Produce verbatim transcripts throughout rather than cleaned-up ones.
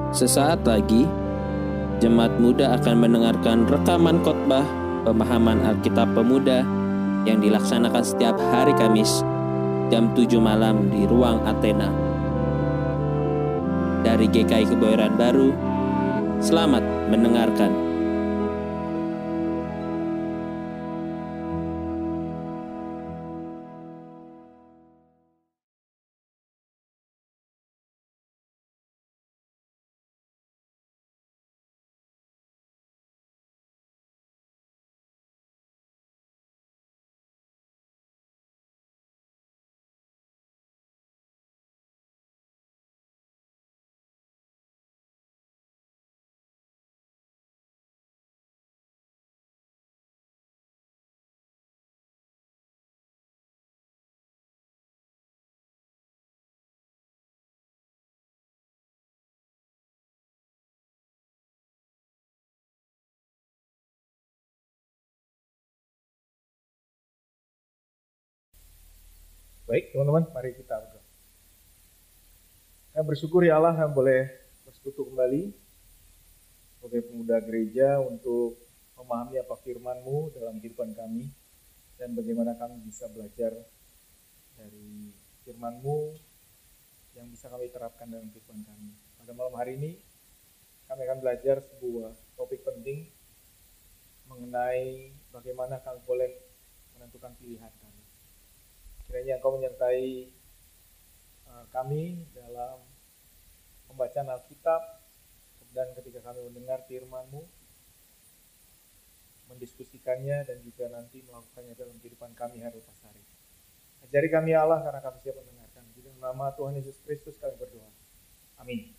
Sesaat lagi, Jemaat Muda akan mendengarkan rekaman khotbah pemahaman Alkitab Pemuda yang dilaksanakan setiap hari Kamis jam tujuh malam di Ruang Athena. Dari G K I Kebayoran Baru, selamat mendengarkan. Baik teman-teman, mari kita berdoa. Saya bersyukur ya Allah yang boleh bersekutu kembali sebagai pemuda gereja untuk memahami apa firman-Mu dalam kehidupan kami dan bagaimana kami bisa belajar dari firman-Mu yang bisa kami terapkan dalam kehidupan kami. Pada malam hari ini kami akan belajar sebuah topik penting mengenai bagaimana kami boleh menentukan pilihan kami. Kiranya Engkau menyertai uh, kami dalam pembacaan Alkitab dan ketika kami mendengar firman-Mu, mendiskusikannya dan juga nanti melakukannya dalam kehidupan kami hari lepas hari. Ajari kami ya Allah karena kami siap mendengarkan. Di dalam nama Tuhan Yesus Kristus kami berdoa. Amin.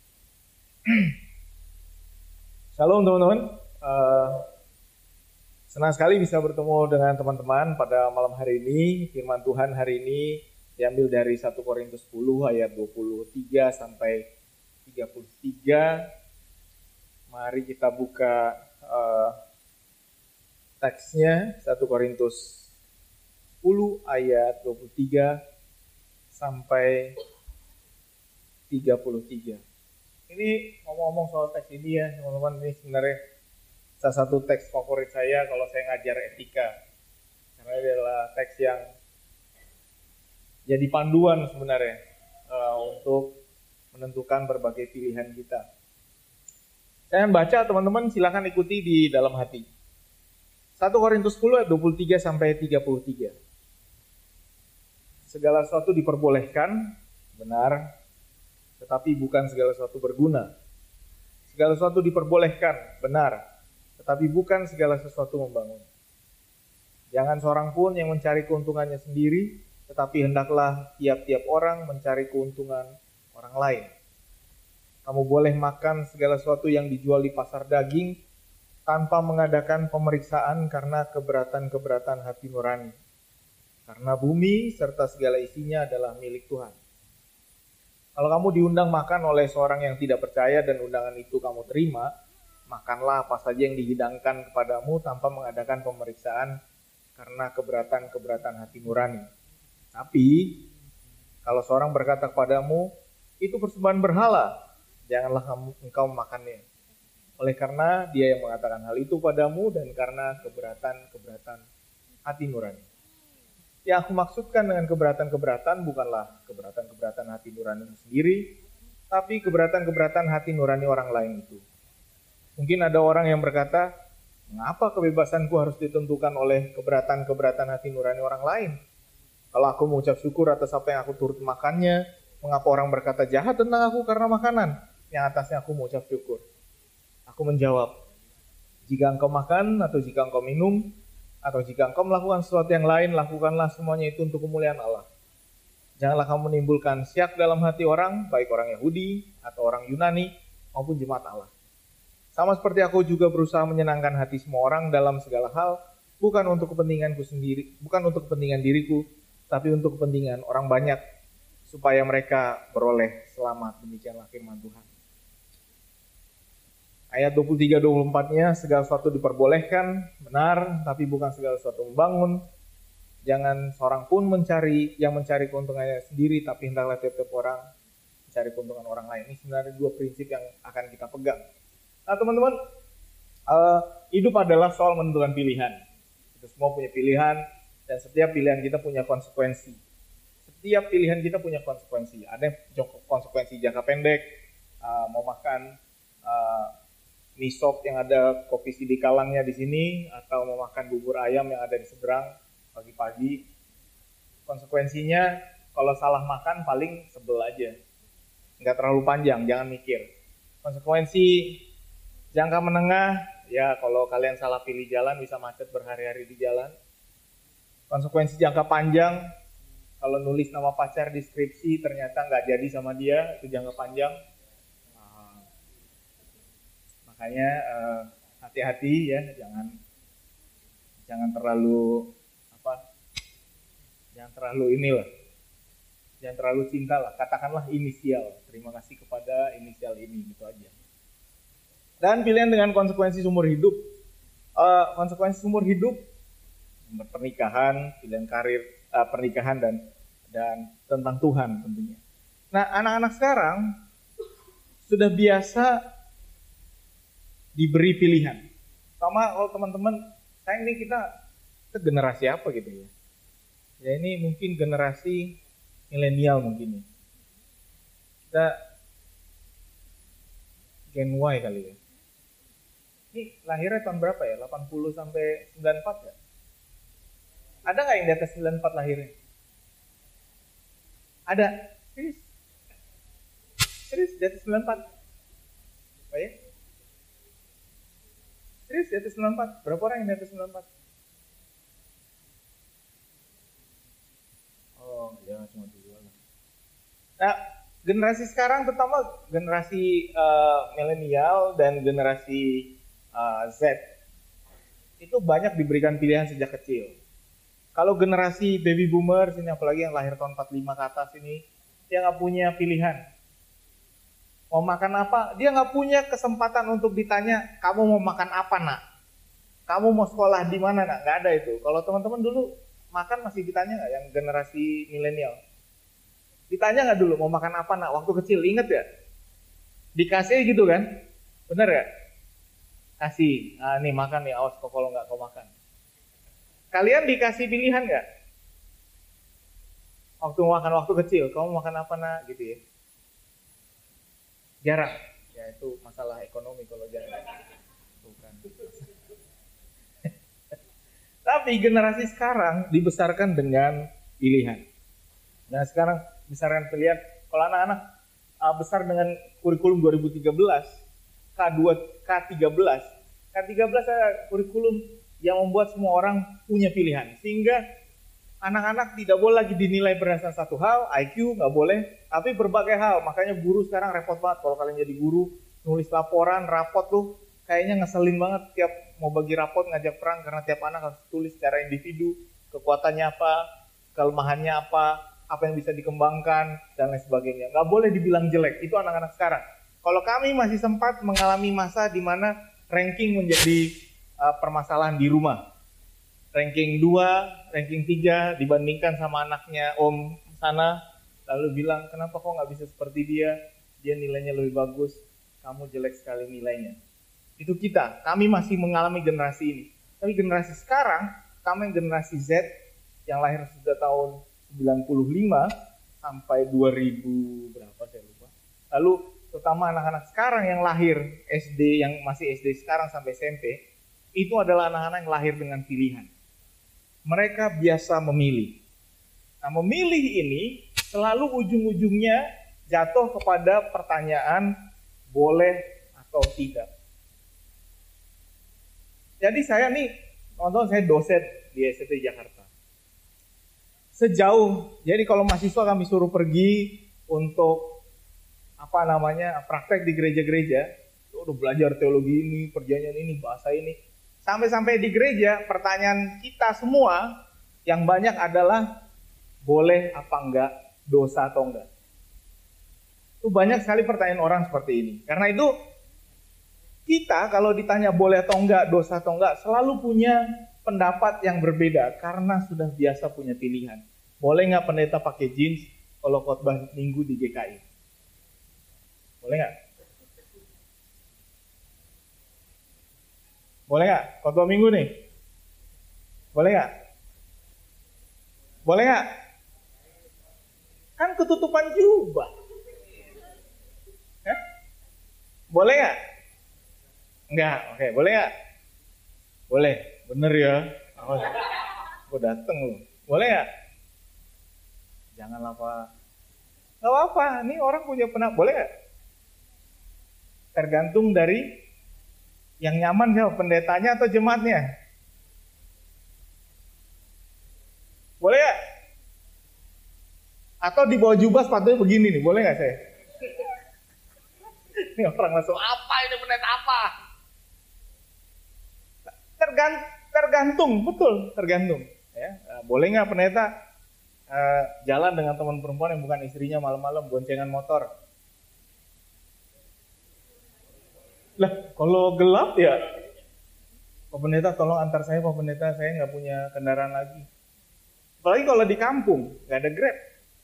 Shalom teman-teman. Uh, Senang sekali bisa bertemu dengan teman-teman pada malam hari ini. Firman Tuhan hari ini diambil dari satu Korintus sepuluh ayat dua puluh tiga sampai tiga puluh tiga. Mari kita buka uh, teksnya satu Korintus sepuluh ayat dua puluh tiga sampai tiga puluh tiga. Ini ngomong-ngomong soal teks ini ya teman-teman, ini sebenarnya salah satu teks favorit saya kalau saya ngajar etika. Karena ini adalah teks yang jadi panduan sebenarnya uh, untuk menentukan berbagai pilihan kita. Saya baca teman-teman silakan ikuti di dalam hati. satu Korintus sepuluh ayat dua puluh tiga sampai tiga puluh tiga. Segala sesuatu diperbolehkan, benar, tetapi bukan segala sesuatu berguna. Segala sesuatu diperbolehkan, benar, tetapi bukan segala sesuatu membangun. Jangan seorang pun yang mencari keuntungannya sendiri, tetapi hendaklah tiap-tiap orang mencari keuntungan orang lain. Kamu boleh makan segala sesuatu yang dijual di pasar daging, tanpa mengadakan pemeriksaan karena keberatan-keberatan hati nurani. Karena bumi serta segala isinya adalah milik Tuhan. Kalau kamu diundang makan oleh seorang yang tidak percaya dan undangan itu kamu terima, makanlah apa saja yang dihidangkan kepadamu tanpa mengadakan pemeriksaan karena keberatan-keberatan hati nurani. Tapi, kalau seorang berkata kepadamu, itu persembahan berhala, janganlah kamu, engkau memakannya. Oleh karena dia yang mengatakan hal itu padamu dan karena keberatan-keberatan hati nurani. Yang aku maksudkan dengan keberatan-keberatan bukanlah keberatan-keberatan hati nurani sendiri, tapi keberatan-keberatan hati nurani orang lain itu. Mungkin ada orang yang berkata, mengapa kebebasanku harus ditentukan oleh keberatan-keberatan hati nurani orang lain? Kalau aku mengucap syukur atas apa yang aku turut makannya, mengapa orang berkata jahat tentang aku karena makanan yang atasnya aku mengucap syukur? Aku menjawab, jika engkau makan atau jika engkau minum, atau jika engkau melakukan sesuatu yang lain, lakukanlah semuanya itu untuk kemuliaan Allah. Janganlah kamu menimbulkan syak dalam hati orang, baik orang Yahudi atau orang Yunani maupun jemaat Allah. Sama seperti aku juga berusaha menyenangkan hati semua orang dalam segala hal, bukan untuk kepentinganku sendiri, bukan untuk kepentingan diriku, tapi untuk kepentingan orang banyak, supaya mereka beroleh selamat. Demikianlah firman Tuhan. Ayat dua puluh tiga dua puluh empat-nya, segala sesuatu diperbolehkan, benar, tapi bukan segala sesuatu membangun. Jangan seorang pun mencari yang mencari keuntungannya sendiri, tapi hendaklah tiap-tiap orang mencari keuntungan orang lain. Ini sebenarnya dua prinsip yang akan kita pegang. Nah teman-teman, uh, hidup adalah soal menentukan pilihan. Kita semua punya pilihan, dan setiap pilihan kita punya konsekuensi. Setiap pilihan kita punya konsekuensi. Ada yang konsekuensi jangka pendek, uh, mau makan uh, mie sop yang ada kopi sidikalangnya di sini, atau mau makan bubur ayam yang ada di seberang pagi-pagi. Konsekuensinya kalau salah makan paling sebel aja, nggak terlalu panjang, jangan mikir. Konsekuensi jangka menengah, ya kalau kalian salah pilih jalan bisa macet berhari-hari di jalan. Konsekuensi jangka panjang, kalau nulis nama pacar di skripsi ternyata nggak jadi sama dia, itu jangka panjang. Nah, makanya eh, hati-hati ya, jangan jangan terlalu apa, jangan terlalu inilah, jangan terlalu cinta lah. Katakanlah inisial, terima kasih kepada inisial ini, gitu aja. Dan pilihan dengan konsekuensi seumur hidup, uh, konsekuensi seumur hidup, pernikahan, pilihan karir, uh, pernikahan dan dan tentang Tuhan tentunya. Nah, anak-anak sekarang sudah biasa diberi pilihan. Sama kalau teman-teman, saya ini kita, kita generasi apa gitu ya? Ya ini mungkin generasi milenial mungkin ya. Kita Gen Y kali ya. Ini lahirnya tahun berapa ya? delapan puluh sampai sembilan puluh empat ya? Ada nggak yang di atas sembilan puluh empat lahirnya? Ada? Serius? Serius di atas sembilan puluh empat? Oh ya? Serius di atas sembilan puluh empat? Berapa orang yang di atas sembilan puluh empat? Oh ya cuma dua lah. Nah, generasi sekarang terutama generasi uh, milenial dan generasi uh, Z itu banyak diberikan pilihan sejak kecil. Kalau generasi baby boomers ini, apalagi yang lahir tahun empat puluh lima ke atas ini, dia nggak punya pilihan. Mau makan apa? Dia nggak punya kesempatan untuk ditanya, kamu mau makan apa nak? Kamu mau sekolah di mana nak? Nggak ada itu. Kalau teman-teman dulu makan masih ditanya nggak yang generasi milenial? Ditanya nggak dulu mau makan apa nak? Waktu kecil, inget ya? Dikasih gitu kan? Bener ya? Kasih, nah, nih makan nih, awas kok kalau nggak kau makan. Kalian dikasih pilihan nggak? Waktu makan waktu kecil, kamu makan apa nak? Gitu ya? Jarang. Ya itu masalah ekonomi kalau jarang. Bukan. Tapi generasi sekarang dibesarkan dengan pilihan. Nah sekarang besarkan pilihan. Kalau anak-anak uh, besar dengan kurikulum dua ribu tiga belas, K dua, K tiga belas, K tiga belas adalah kurikulum yang membuat semua orang punya pilihan. Sehingga anak-anak tidak boleh lagi dinilai berdasarkan satu hal, I Q nggak boleh, tapi berbagai hal. Makanya guru sekarang repot banget kalau kalian jadi guru, nulis laporan, rapot tuh kayaknya ngeselin banget tiap mau bagi rapot ngajak perang karena tiap anak harus tulis secara individu, kekuatannya apa, kelemahannya apa, apa yang bisa dikembangkan, dan lain sebagainya. Nggak boleh dibilang jelek, itu anak-anak sekarang. Kalau kami masih sempat mengalami masa di mana ranking menjadi uh, permasalahan di rumah. Ranking dua, ranking tiga dibandingkan sama anaknya om sana, lalu bilang, kenapa kok nggak bisa seperti dia, dia nilainya lebih bagus, kamu jelek sekali nilainya. Itu kita, kami masih mengalami generasi ini. Tapi generasi sekarang, kami generasi Z, yang lahir sudah tahun sembilan puluh lima sampai dua ribu berapa saya lupa. Lalu terutama anak-anak sekarang yang lahir S D, yang masih S D sekarang sampai S M P, itu adalah anak-anak yang lahir dengan pilihan. Mereka biasa memilih. Nah, memilih ini selalu ujung-ujungnya jatuh kepada pertanyaan boleh atau tidak. Jadi saya nih, teman-teman, saya dosen di S T Jakarta. Sejauh, jadi kalau mahasiswa kami suruh pergi untuk apa namanya praktek di gereja-gereja, udah belajar teologi ini, perjanjian ini, bahasa ini. Sampai-sampai di gereja, pertanyaan kita semua yang banyak adalah boleh apa enggak, dosa atau enggak. Itu banyak sekali pertanyaan orang seperti ini. Karena itu kita kalau ditanya boleh atau enggak, dosa atau enggak, selalu punya pendapat yang berbeda karena sudah biasa punya pilihan. Boleh enggak pendeta pakai jeans kalau khotbah minggu di G K I? Boleh nggak? Boleh nggak? Khotbah minggu nih? Boleh nggak? Boleh nggak? Kan ketutupan jubah. Eh? Boleh nggak? Enggak, oke, boleh nggak? Boleh, bener ya. Oh, gue dateng loh. Boleh nggak? Janganlah Pak. Gak apa-apa, ini orang punya penak. Boleh nggak? Tergantung dari yang nyaman siapa, pendetanya atau jemaatnya. Boleh nggak? Atau di bawah jubah sepatunya begini nih, boleh nggak saya? Ini orang langsung, apa ini pendeta apa? Tergant, tergantung, betul, tergantung. Ya, boleh nggak pendeta uh, jalan dengan teman perempuan yang bukan istrinya malam-malam boncengan motor? Lah, kalau gelap ya, Pak Pendeta tolong antar saya, Pak Pendeta, saya nggak punya kendaraan lagi. Apalagi kalau di kampung, nggak ada Grab.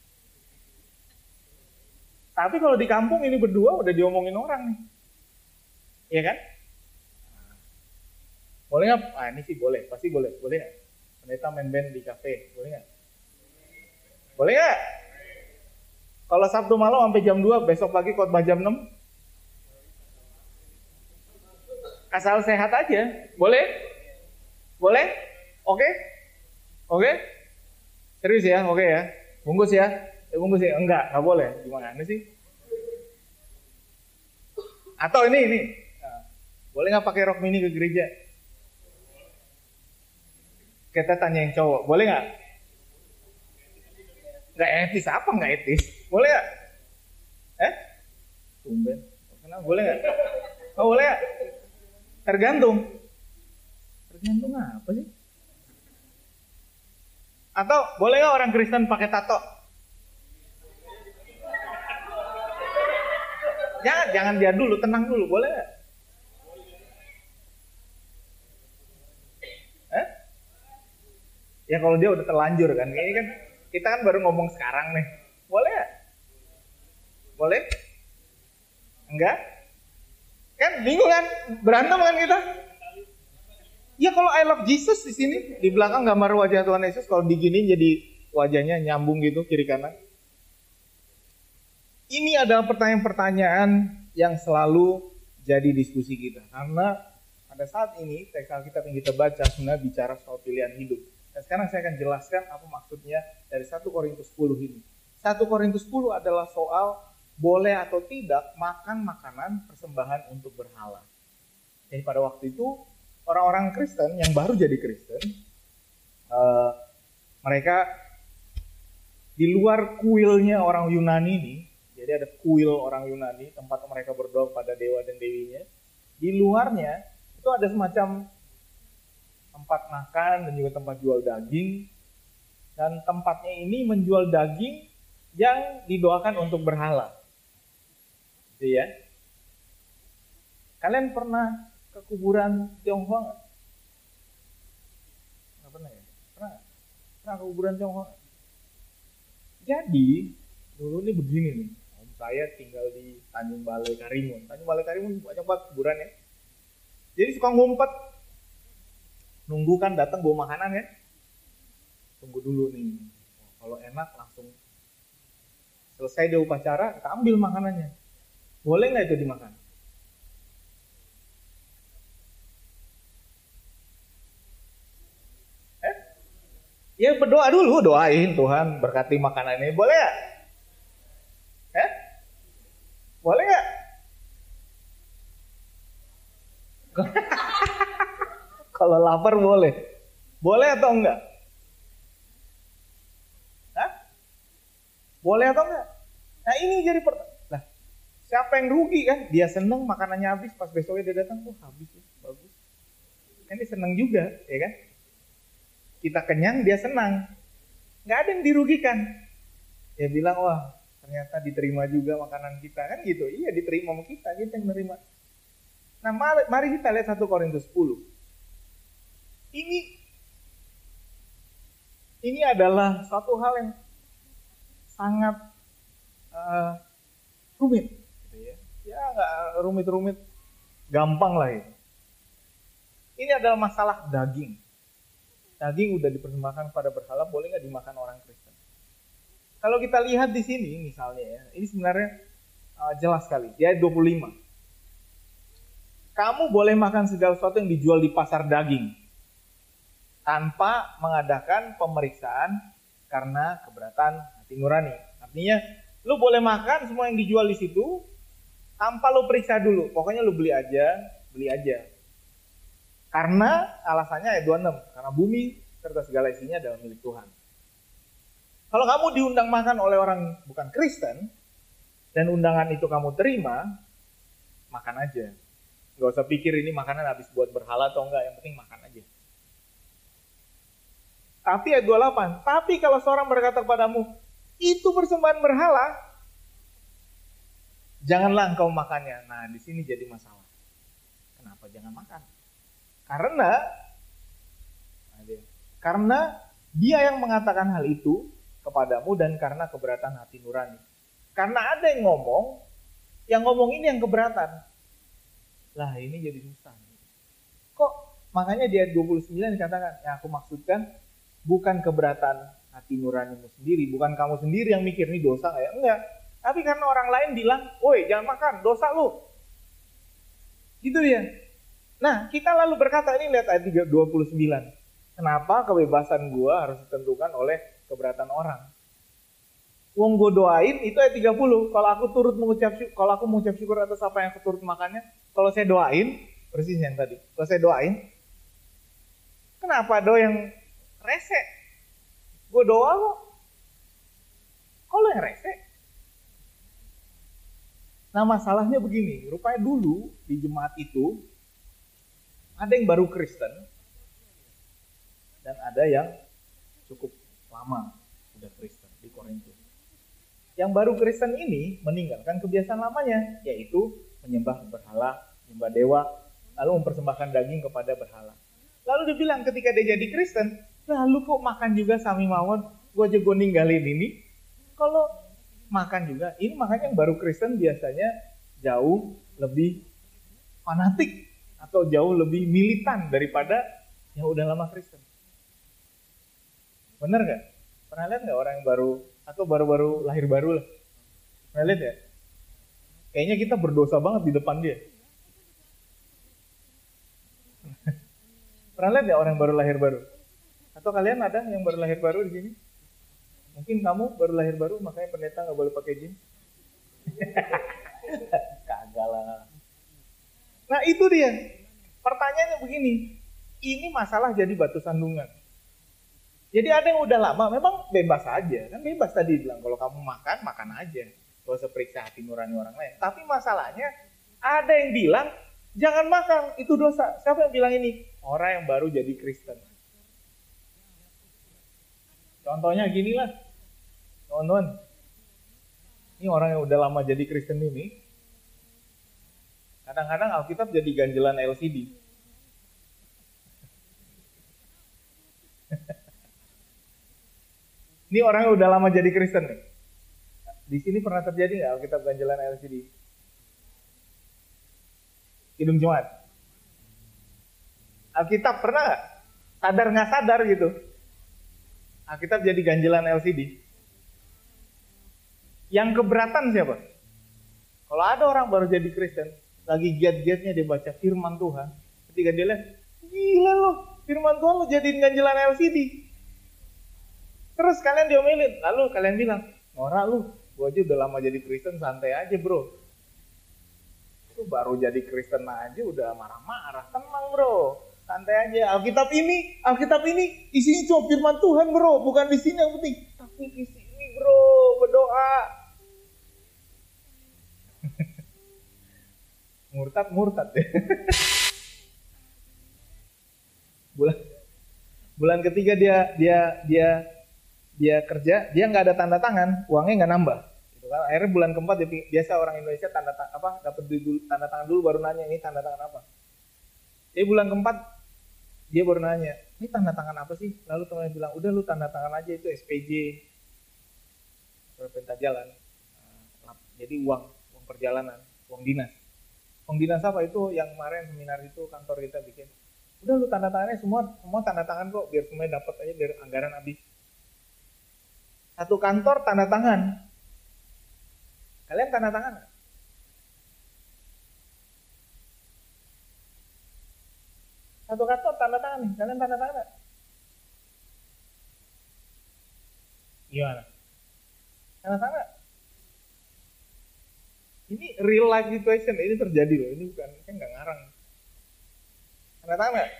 Tapi kalau di kampung ini berdua udah diomongin orang nih, iya kan? Boleh nggak? Ah ini sih boleh, pasti boleh. Boleh nggak? Pendeta main band di kafe, boleh nggak? Boleh nggak? Kalau Sabtu malam sampai jam dua, besok pagi khotbah jam enam? Asal sehat aja, boleh? Boleh? Oke? Oke? Serius ya? Oke ya? Bungkus ya? Ya bungkus ya? Enggak, nggak boleh. Gimana sih? Atau ini, ini. Nah, boleh nggak pakai rok mini ke gereja? Kita tanya yang cowok, boleh nggak? Nggak etis, apa nggak etis? Boleh nggak? Eh? Tumben. Kenapa? Boleh nggak? Oh boleh nggak? Tergantung. Tergantung apa sih? Atau boleh nggak orang Kristen pakai tato? Jangan, jangan dia dulu, tenang dulu, boleh nggak? Eh? Ya kalau dia udah terlanjur kan, ini kan kita kan baru ngomong sekarang nih, boleh nggak? Boleh? Enggak? Kan bingung kan, berantem kan kita? Ya kalau I love Jesus di sini di belakang gambar wajah Tuhan Yesus, kalau digini jadi wajahnya nyambung gitu kiri kanan. Ini adalah pertanyaan-pertanyaan yang selalu jadi diskusi kita, karena pada saat ini teks Alkitab yang kita baca sebenarnya bicara soal pilihan hidup. Dan sekarang saya akan jelaskan apa maksudnya dari satu Korintus sepuluh ini. satu Korintus sepuluh adalah soal boleh atau tidak makan makanan persembahan untuk berhala. Jadi pada waktu itu orang-orang Kristen yang baru jadi Kristen, uh, mereka di luar kuilnya orang Yunani ini, jadi ada kuil orang Yunani, tempat mereka berdoa pada dewa dan dewinya. Di luarnya itu ada semacam tempat makan dan juga tempat jual daging. Dan tempatnya ini menjual daging yang didoakan untuk berhala. Gitu ya. Kalian pernah ke kuburan Tionghoa nggak? Nggak pernah ya? Pernah? Pernah ke kuburan Tionghoa? Jadi dulu ini begini nih. Om saya tinggal di Tanjung Balai Karimun. Tanjung Balai Karimun banyak banget kuburan ya. Jadi suka ngumpet. Nunggu kan datang bawa makanan ya. Tunggu dulu nih. Kalau enak langsung selesai dia upacara, kita ambil makanannya. Boleh nggak itu dimakan? Eh? Ya berdoa dulu, doain Tuhan berkati makanan ini. Boleh nggak? Eh? Boleh nggak? Kalau lapar boleh. Boleh atau enggak? Hah? Boleh atau enggak? Nah ini jadi pertanyaan. Nah, siapa yang rugi kan? Dia seneng makanannya habis, pas besoknya dia datang, oh habis ya, bagus. Kan dia seneng juga, ya kan? Kita kenyang, dia senang. Nggak ada yang dirugikan. Dia bilang, wah ternyata diterima juga makanan kita. Kan gitu, iya diterima sama kita, kita yang menerima. Nah mari kita lihat satu Korintus sepuluh. Ini ini adalah satu hal yang sangat uh, rumit. Gitu ya. rumit-rumit, gampang lah ini. Ini adalah masalah daging. Daging udah dipersembahkan pada berhala, boleh nggak dimakan orang Kristen? Kalau kita lihat di sini misalnya ya, ini sebenarnya uh, jelas sekali. Di ayat dua puluh lima. Kamu boleh makan segala sesuatu yang dijual di pasar daging tanpa mengadakan pemeriksaan karena keberatan hati nurani. Artinya, lu boleh makan semua yang dijual di situ tanpa lu periksa dulu. Pokoknya lu beli aja, beli aja. Karena alasannya ayat dua puluh enam, karena bumi serta segala isinya adalah milik Tuhan. Kalau kamu diundang makan oleh orang bukan Kristen dan undangan itu kamu terima, makan aja. Gak usah pikir ini makanan habis buat berhala atau enggak, yang penting makan aja. Tapi ayat dua puluh delapan, tapi kalau seorang berkata kepadamu, itu persembahan berhala, janganlah engkau makannya. Nah, di sini jadi masalah. Kenapa jangan makan? Karena, karena dia yang mengatakan hal itu kepadamu dan karena keberatan hati nurani. Karena ada yang ngomong, yang ngomong ini yang keberatan. Lah ini jadi susah. Kok makanya di ayat dua puluh sembilan dikatakan, yang aku maksudkan bukan keberatan hati nuranimu sendiri, bukan kamu sendiri yang mikir ini dosa nggak ya? Enggak. Tapi karena orang lain bilang, woi jangan makan, dosa lu. Gitu dia. Nah kita lalu berkata, ini lihat ayat dua puluh sembilan. Kenapa kebebasan gua harus ditentukan oleh keberatan orang? Wong gue doain itu ayat tiga puluh. Kalau aku turut mengucap syukur, kalau aku mengucap syukur atas apa yang aku turut makannya, kalau saya doain, persis yang tadi. Kalau saya doain, kenapa do yang rese? Gue doa kok. Kalau yang rese? Nah masalahnya begini, rupanya dulu di jemaat itu ada yang baru Kristen dan ada yang cukup lama udah Kristen di Korintus. Yang baru Kristen ini meninggalkan kebiasaan lamanya, yaitu menyembah berhala, menyembah dewa, lalu mempersembahkan daging kepada berhala. Lalu dia bilang ketika dia jadi Kristen, lalu kok makan juga sami mawon, gue aja gue ninggalin ini. Kalau makan juga, ini makanya yang baru Kristen biasanya jauh lebih fanatik atau jauh lebih militan daripada yang udah lama Kristen. Bener gak? Pernah lihat gak orang yang baru atau baru-baru lahir baru lah? Pernah lihat ya? Kayaknya kita berdosa banget di depan dia. Pernah lihat ya orang yang baru lahir baru? Atau kalian ada yang baru lahir baru di sini? Mungkin kamu baru lahir baru makanya pendeta nggak boleh pakai jeans. Kagak lah. Nah itu dia. Pertanyaannya begini. Ini masalah jadi batu sandungan. Jadi ada yang udah lama, memang bebas aja. Kan bebas tadi bilang, kalau kamu makan, makan aja. Gak usah periksa hati nurani orang lain. Tapi masalahnya, ada yang bilang, jangan makan, itu dosa. Siapa yang bilang ini? Orang yang baru jadi Kristen. Contohnya gini lah. Teman-teman. Ini orang yang udah lama jadi Kristen ini. Kadang-kadang Alkitab jadi ganjelan L C D. Ini orang yang udah lama jadi Kristen nih. Di sini pernah terjadi nggak Alkitab ganjelan L C D? Kidung Jemaat. Alkitab pernah nggak? Sadar nggak sadar gitu. Alkitab jadi ganjelan L C D. Yang keberatan siapa? Kalau ada orang baru jadi Kristen, lagi giat-giatnya dia baca firman Tuhan, ketika dia lihat, gila loh, firman Tuhan lo jadiin ganjelan L C D. Terus kalian diomelin, lalu kalian bilang, norak lu, gua aja udah lama jadi Kristen, santai aja bro. Lu baru jadi Kristen aja udah marah-marah, tenang bro, santai aja. Alkitab ini, Alkitab ini isinya cuma firman Tuhan bro, bukan di sini yang penting, tapi di sini bro, berdoa. Murtad, murtad. bulan bulan ketiga dia dia dia dia kerja, dia nggak ada tanda tangan, uangnya nggak nambah. Gitu kan. Akhirnya bulan keempat dia, biasa orang Indonesia tanda tangan apa, dapat tanda tangan dulu baru nanya ini tanda tangan apa. Jadi bulan keempat dia baru nanya, ini tanda tangan apa sih? Lalu temannya bilang, udah lu tanda tangan aja itu S P J, perintah jalan. Jadi uang, uang perjalanan, uang dinas. Pembina apa itu yang kemarin seminar itu kantor kita bikin. Udah lu tanda tangannya semua, semua tanda tangan kok biar semuanya dapat aja biar anggaran habis. Satu kantor tanda tangan. Kalian tanda tangan? Satu kantor tanda tangan nih, kalian tanda tangan nggak? Gimana? Tanda tangan nggak? Ini real life situation, ini terjadi loh, ini bukan, kan nggak ngarang. Tanda tangan nggak?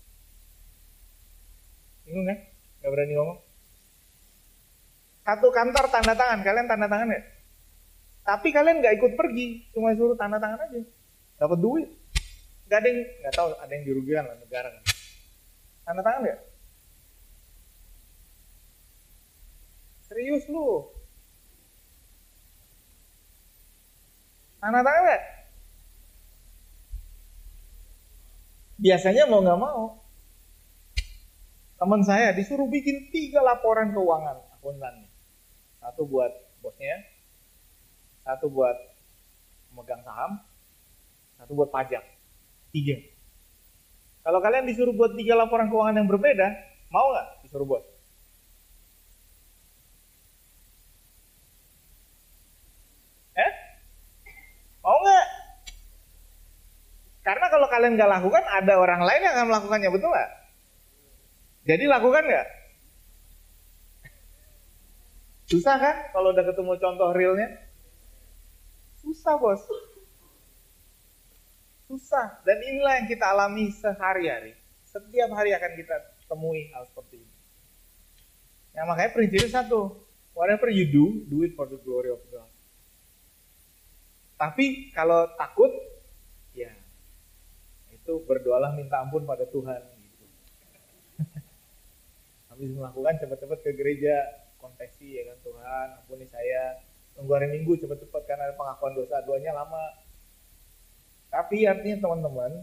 Bingung kan? Nggak berani ngomong. Satu kantor tanda tangan, kalian tanda tangan nggak? Tapi kalian nggak ikut pergi, cuma suruh tanda tangan aja, dapat duit. Gak ada yang, nggak tahu, ada yang dirugikan lah negara. Tanda tangan nggak? Serius lu? Tanda tangan nggak? Biasanya mau nggak mau. Teman saya disuruh bikin tiga laporan keuangan akuntannya. Satu buat bosnya, satu buat pemegang saham, satu buat pajak. Tiga. Kalau kalian disuruh buat tiga laporan keuangan yang berbeda, mau nggak disuruh bos? Eh? Mau nggak? Karena kalau kalian nggak lakukan, ada orang lain yang akan melakukannya, betul nggak? Jadi lakukan nggak? Susah kan? Kalau udah ketemu contoh realnya? Susah bos. Susah. Dan inilah yang kita alami sehari-hari. Setiap hari akan kita temui hal seperti ini. Yang makanya prinsipnya satu. Whatever you do, do it for the glory of God. Tapi kalau takut, ya itu berdoalah minta ampun pada Tuhan. Gitu. Habis melakukan cepat-cepat ke gereja, konfesi ya kan, Tuhan ampuni saya. Tunggu hari Minggu cepat-cepat karena ada pengakuan dosa, doanya lama. Tapi artinya teman-teman,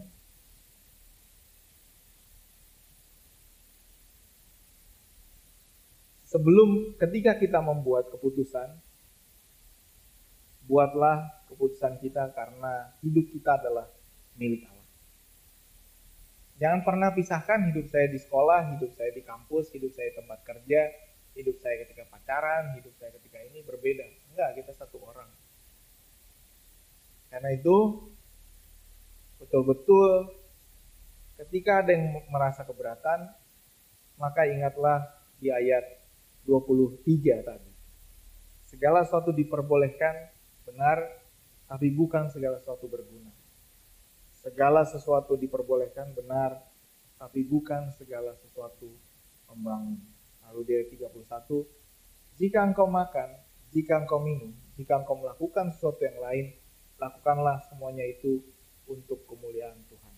sebelum ketika kita membuat keputusan, buatlah keputusan kita karena hidup kita adalah milik Allah. Jangan pernah pisahkan hidup saya di sekolah, hidup saya di kampus, hidup saya di tempat kerja, hidup saya ketika pacaran, hidup saya ketika ini berbeda. Enggak, kita satu orang. Karena itu betul-betul ketika ada yang merasa keberatan, maka ingatlah di ayat dua puluh tiga tadi. Segala sesuatu diperbolehkan, benar, tapi bukan segala sesuatu berguna. Segala sesuatu diperbolehkan, benar, tapi bukan segala sesuatu membangun. Lalu di ayat tiga puluh satu, jika engkau makan, jika engkau minum, jika engkau melakukan sesuatu yang lain, lakukanlah semuanya itu untuk kemuliaan Tuhan.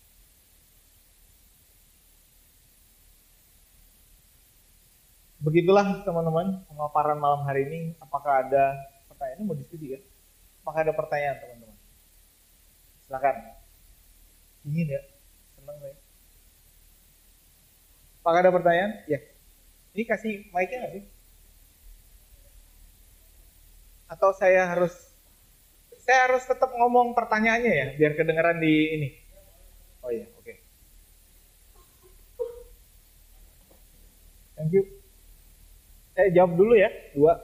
Begitulah teman-teman pemaparan malam hari ini. Apakah ada pertanyaan? Ini mau diskusi kan? Apakah ada pertanyaan teman-teman? Silakan. Dingin ya? Senang saya. Apakah ada pertanyaan? Ya. Ini kasih mic-nya nggak sih? Atau saya harus Saya harus tetap ngomong pertanyaannya ya, biar kedengeran di ini. Oh iya, oke. Okay. Thank you. Saya jawab dulu ya, dua.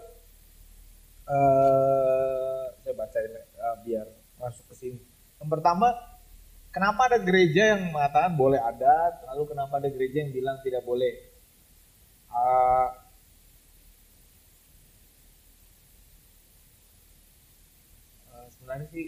Uh, saya baca ini uh, biar masuk ke sini. Yang pertama, kenapa ada gereja yang mengatakan boleh adat, lalu kenapa ada gereja yang bilang tidak boleh? Uh, Sebenarnya sih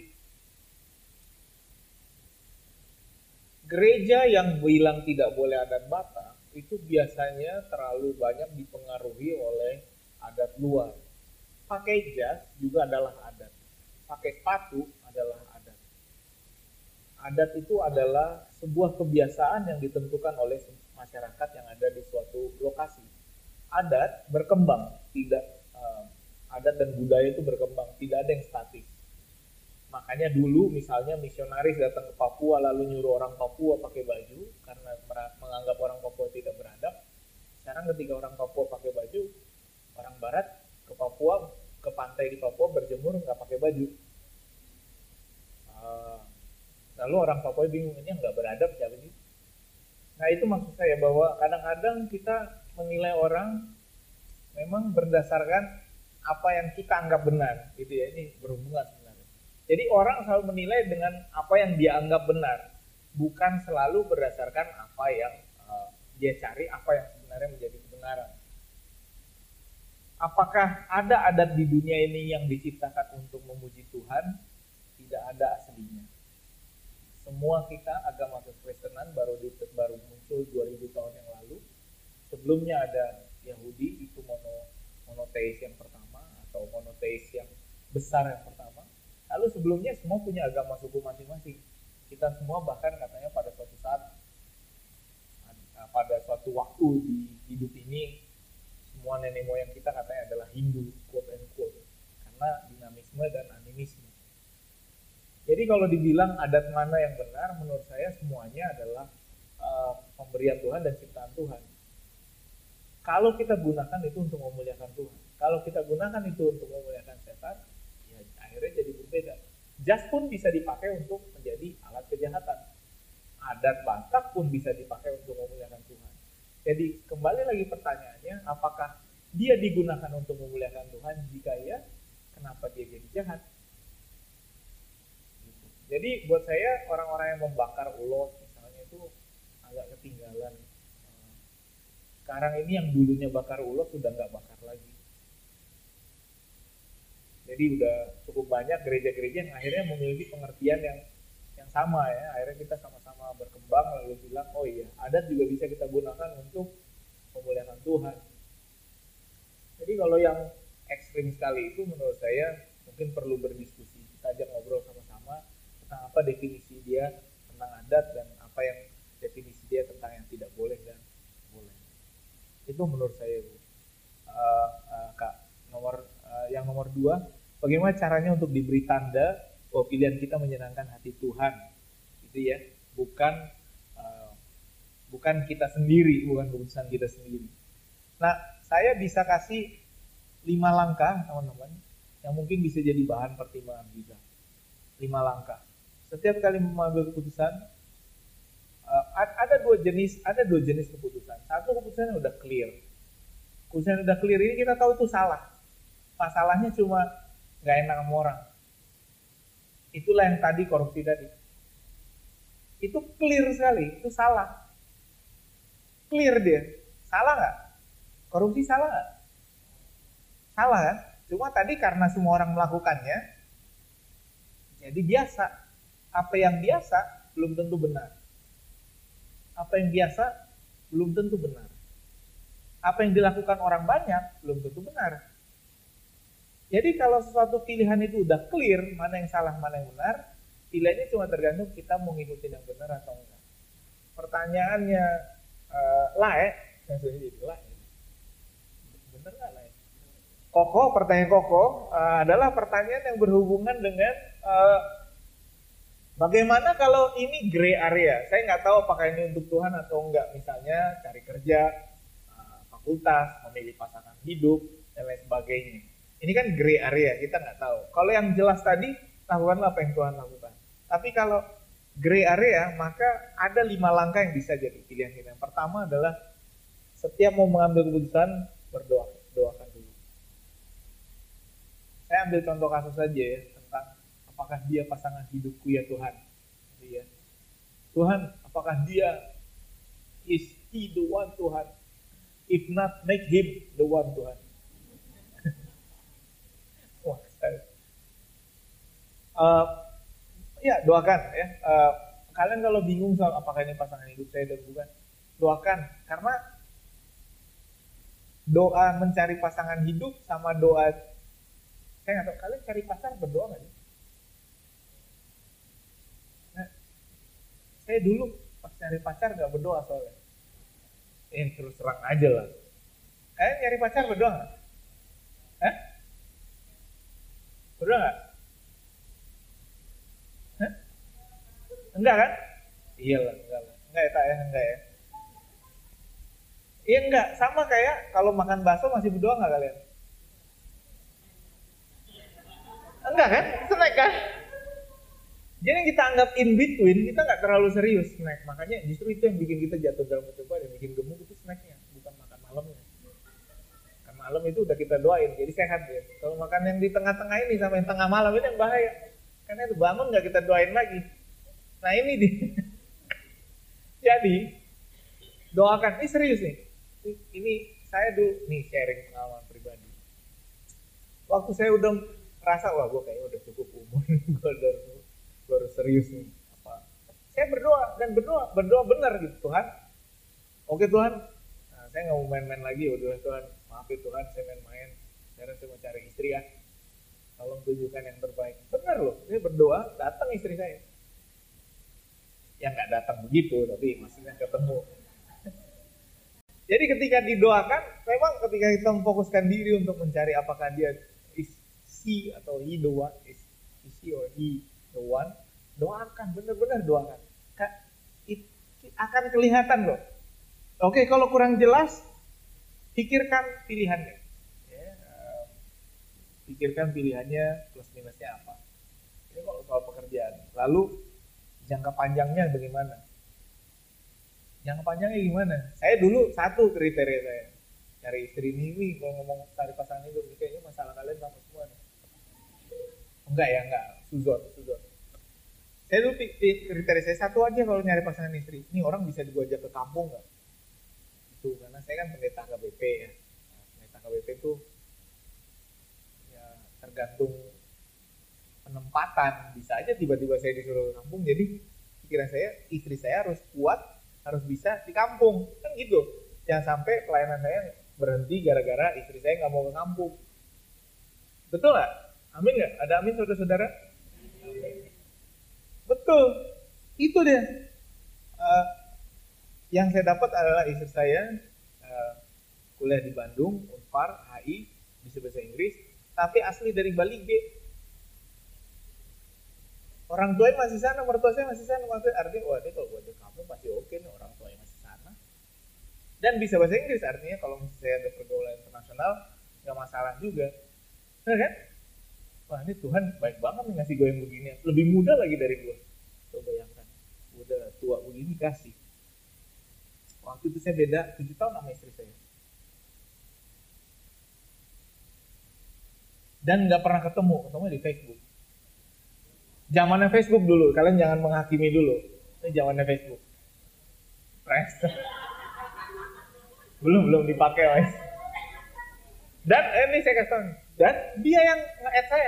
gereja yang bilang tidak boleh adat Batak itu biasanya terlalu banyak dipengaruhi oleh adat luar. Pakai jas juga adalah adat. Pakai sepatu adalah adat. Adat itu adalah sebuah kebiasaan yang ditentukan oleh masyarakat yang ada di suatu lokasi. Adat berkembang, tidak uh, adat dan budaya itu berkembang, tidak ada yang statis. Makanya dulu misalnya misionaris datang ke Papua lalu nyuruh orang Papua pakai baju karena menganggap orang Papua tidak beradab. Sekarang ketika orang Papua pakai baju, orang Barat ke Papua, ke pantai di Papua berjemur nggak pakai baju. Uh, Lalu orang Papua bingung, ini yang nggak beradab siapa sih? Nah itu maksud saya bahwa kadang-kadang kita menilai orang memang berdasarkan apa yang kita anggap benar, gitu ya. Ini berhubungan sebenarnya. Jadi orang selalu menilai dengan apa yang dia anggap benar, bukan selalu berdasarkan apa yang uh, dia cari, apa yang sebenarnya menjadi kebenaran. Apakah ada adat di dunia ini yang diciptakan untuk memuji Tuhan? Tidak ada aslinya. Semua kita agama kekristenan baru di, baru muncul dua ribu tahun yang lalu. Sebelumnya ada Yahudi, itu mono, monoteis yang pertama atau monoteis yang besar yang pertama. Lalu sebelumnya semua punya agama suku masing-masing. Kita semua bahkan katanya pada suatu saat, pada suatu waktu di hidup ini, semua nenek moyang kita katanya adalah Hindu, quote and quote, karena dinamisme dan animisme. Jadi kalau dibilang adat mana yang benar, menurut saya semuanya adalah uh, pemberian Tuhan dan ciptaan Tuhan. Kalau kita gunakan itu untuk memuliakan Tuhan, kalau kita gunakan itu untuk memuliakan setan, ya akhirnya jadi berbeda. Jas pun bisa dipakai untuk menjadi alat kejahatan. Adat Batak pun bisa dipakai untuk memuliakan Tuhan. Jadi kembali lagi pertanyaannya, apakah dia digunakan untuk memuliakan Tuhan? Jika ya, kenapa dia jadi jahat? Jadi buat saya orang-orang yang membakar ulos misalnya itu agak ketinggalan. Sekarang ini yang dulunya bakar ulos sudah nggak bakar lagi. Jadi udah cukup banyak gereja-gereja yang akhirnya memiliki pengertian yang yang sama ya. Akhirnya kita sama-sama berkembang lalu bilang, oh iya, adat juga bisa kita gunakan untuk memuliakan Tuhan. Jadi kalau yang ekstrim sekali itu menurut saya mungkin perlu berdiskusi. Kita ajak ngobrol sama-sama tentang apa definisi dia tentang adat dan apa yang definisi dia tentang yang tidak boleh dan boleh. Itu menurut saya, Bu. Uh, uh, Kak, nomor uh, yang nomor dua, bagaimana caranya untuk diberi tanda bahwa pilihan kita menyenangkan hati Tuhan, gitu ya, bukan uh, bukan kita sendiri, bukan keputusan kita sendiri. Nah, saya bisa kasih lima langkah, teman-teman, yang mungkin bisa jadi bahan pertimbangan kita. Lima langkah. Setiap kali mengambil keputusan, uh, ada dua jenis, ada dua jenis keputusan. Satu keputusan yang udah clear. Keputusan yang udah clear ini kita tahu itu salah. Masalahnya cuma nggak enak sama orang. Itulah yang tadi korupsi tadi. Itu clear sekali, itu salah. Clear dia. Salah nggak? Korupsi salah nggak? Salah kan? Cuma tadi karena semua orang melakukannya, jadi biasa. Apa yang biasa belum tentu benar. Apa yang biasa belum tentu benar. Apa yang dilakukan orang banyak belum tentu benar. Jadi kalau sesuatu pilihan itu udah clear, mana yang salah, mana yang benar, pilihannya cuma tergantung kita mau ngikutin yang benar atau enggak. Pertanyaannya, uh, lae, yang sudah jadi lae. Bener nggak lae? Koko, pertanyaan Koko uh, adalah pertanyaan yang berhubungan dengan uh, bagaimana kalau ini gray area. Saya nggak tahu apakah ini untuk Tuhan atau enggak. Misalnya cari kerja, uh, fakultas, memilih pasangan hidup, dan lain sebagainya. Ini kan gray area, kita nggak tahu. Kalau yang jelas tadi, lakukanlah apa yang Tuhan lakukan. Tapi kalau gray area, maka ada lima langkah yang bisa jadi pilihan kita. Yang pertama adalah setiap mau mengambil keputusan, berdoa, doakan dulu. Saya ambil contoh kasus saja ya, tentang apakah dia pasangan hidupku ya Tuhan. Ya. Tuhan, apakah dia is he the one Tuhan? If not, make him the one Tuhan. Wah, saya. Uh, ya, doakan ya. Uh, kalian kalau bingung soal apakah ini pasangan hidup saya dan bukan, doakan. Karena doa mencari pasangan hidup sama doa, saya nggak tahu, kalian cari pacar berdoa nggak sih? Nah, saya dulu pas cari pacar nggak berdoa soalnya. Eh, terus terang aja lah. Kalian cari pacar berdoa nggak? Hah? Berdoa nggak? Hah? Enggak kan? Iya lah, enggak lah. Enggak ya, tak ya, enggak ya. Iya enggak, sama kayak kalau makan bakso masih berdoa nggak kalian? Enggak kan? Snack kan? Jadi yang kita anggap in between, kita nggak terlalu serius snack. Makanya justru itu yang bikin kita jatuh dalam pencobaan, yang bikin gemuk itu snacknya, bukan makan malamnya. Makan malam itu udah kita doain, jadi sehat ya. Kalau makan yang di tengah-tengah ini sama yang tengah malam ini yang bahaya. Karena itu bangun nggak kita doain lagi. Nah ini di. Jadi doakan, ini serius nih. Ini saya dulu nih sharing pengalaman pribadi. Waktu saya udah merasa wah gue kayaknya udah cukup umur, gue udah gue harus serius nih. Apa? Saya berdoa dan berdoa, berdoa benar gitu Tuhan. Oke Tuhan, nah, saya nggak mau main-main lagi. Udah Tuhan, maaf ya Tuhan, saya main-main. Sekarang saya mau cari istri ya. Tolong tunjukkan yang terbaik. Benar loh, saya berdoa, datang istri saya. Ya nggak datang begitu, tapi maksudnya ketemu. Jadi ketika didoakan, memang ketika kita memfokuskan diri untuk mencari apakah dia is she atau he the one, is, is she or he the one, doakan, benar-benar doakan. It, it akan kelihatan loh. Oke, kalau kurang jelas, pikirkan pilihannya. Ya, um, pikirkan pilihannya plus minusnya apa. Ini kalau soal pekerjaan. Lalu jangka panjangnya bagaimana? Jangka panjangnya gimana? Saya dulu satu kriteria saya cari istri ini, nih kalau ngomong cari pasangan itu kayaknya masalah kalian sama semua nih. Enggak ya, enggak. Suzon, suzon. Saya dulu kriteria saya satu aja kalau nyari pasangan istri. Ini orang bisa gue ajak ke kampung nggak? Itu karena saya kan pendeta K B P ya. Nah, pendeta K B P itu ya tergantung penempatan. Bisa aja tiba-tiba saya disuruh ke kampung. Jadi pikiran saya istri saya harus kuat, harus bisa di kampung, kan gitu. Jangan sampai pelayanan saya berhenti gara-gara istri saya nggak mau ke kampung. Betul nggak? Amin nggak? Ada amin saudara-saudara? Betul, itu dia. Uh, yang saya dapat adalah istri saya uh, kuliah di Bandung, Unpar, H I, bisa bahasa Inggris, tapi asli dari Bali G. Orang tuanya masih sana, mertua saya masih sana, maksudnya artinya, wah ini kalau buat kamu pasti oke nih, orang tuanya masih sana. Dan bisa bahasa Inggris, artinya kalau misalnya saya ada pergaulan internasional, nggak masalah juga. Benar kan? Wah ini Tuhan baik banget nih ngasih gue yang begini, lebih muda lagi dari gue. Coba bayangkan, udah tua begini kasih. Waktu itu saya beda tujuh tahun sama istri saya. Dan nggak pernah ketemu, ketemu di Facebook. Zamannya Facebook dulu, kalian jangan menghakimi dulu. Ini zamannya Facebook. Friendster. belum belum dipakai guys. Dan eh, ini saya kasih tahu. Dan dia yang nge-add saya.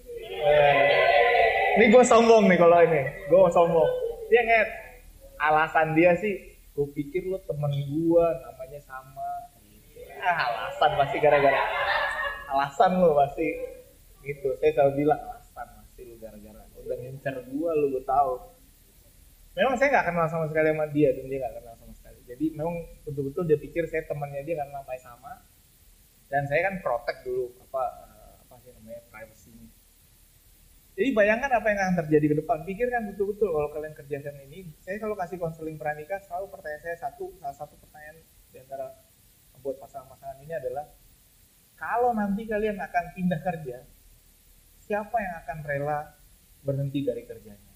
Eh, ini gue sombong nih kalau ini. Gue sombong. Dia nge-add. Alasan dia sih, gue pikir lo temen gue, namanya sama. Ah, alasan pasti gara-gara. Alasan lo pasti gitu. Saya selalu bilang alasan pasti lo gara-gara. Udah ngincer gue, lo gue tahu. Memang saya nggak kenal sama sekali sama dia, dan dia nggak kenal sama sekali. Jadi memang betul-betul dia pikir saya temannya dia karena namanya sama. Dan saya kan protect dulu apa apa sih namanya privacy. Jadi bayangkan apa yang akan terjadi ke depan. Pikirkan betul-betul kalau kalian kerjakan ini. Saya kalau kasih konseling pranikah selalu pertanyaan saya satu, salah satu pertanyaan di antara buat pasangan-pasangan ini adalah kalau nanti kalian akan pindah kerja, siapa yang akan rela berhenti dari kerjanya?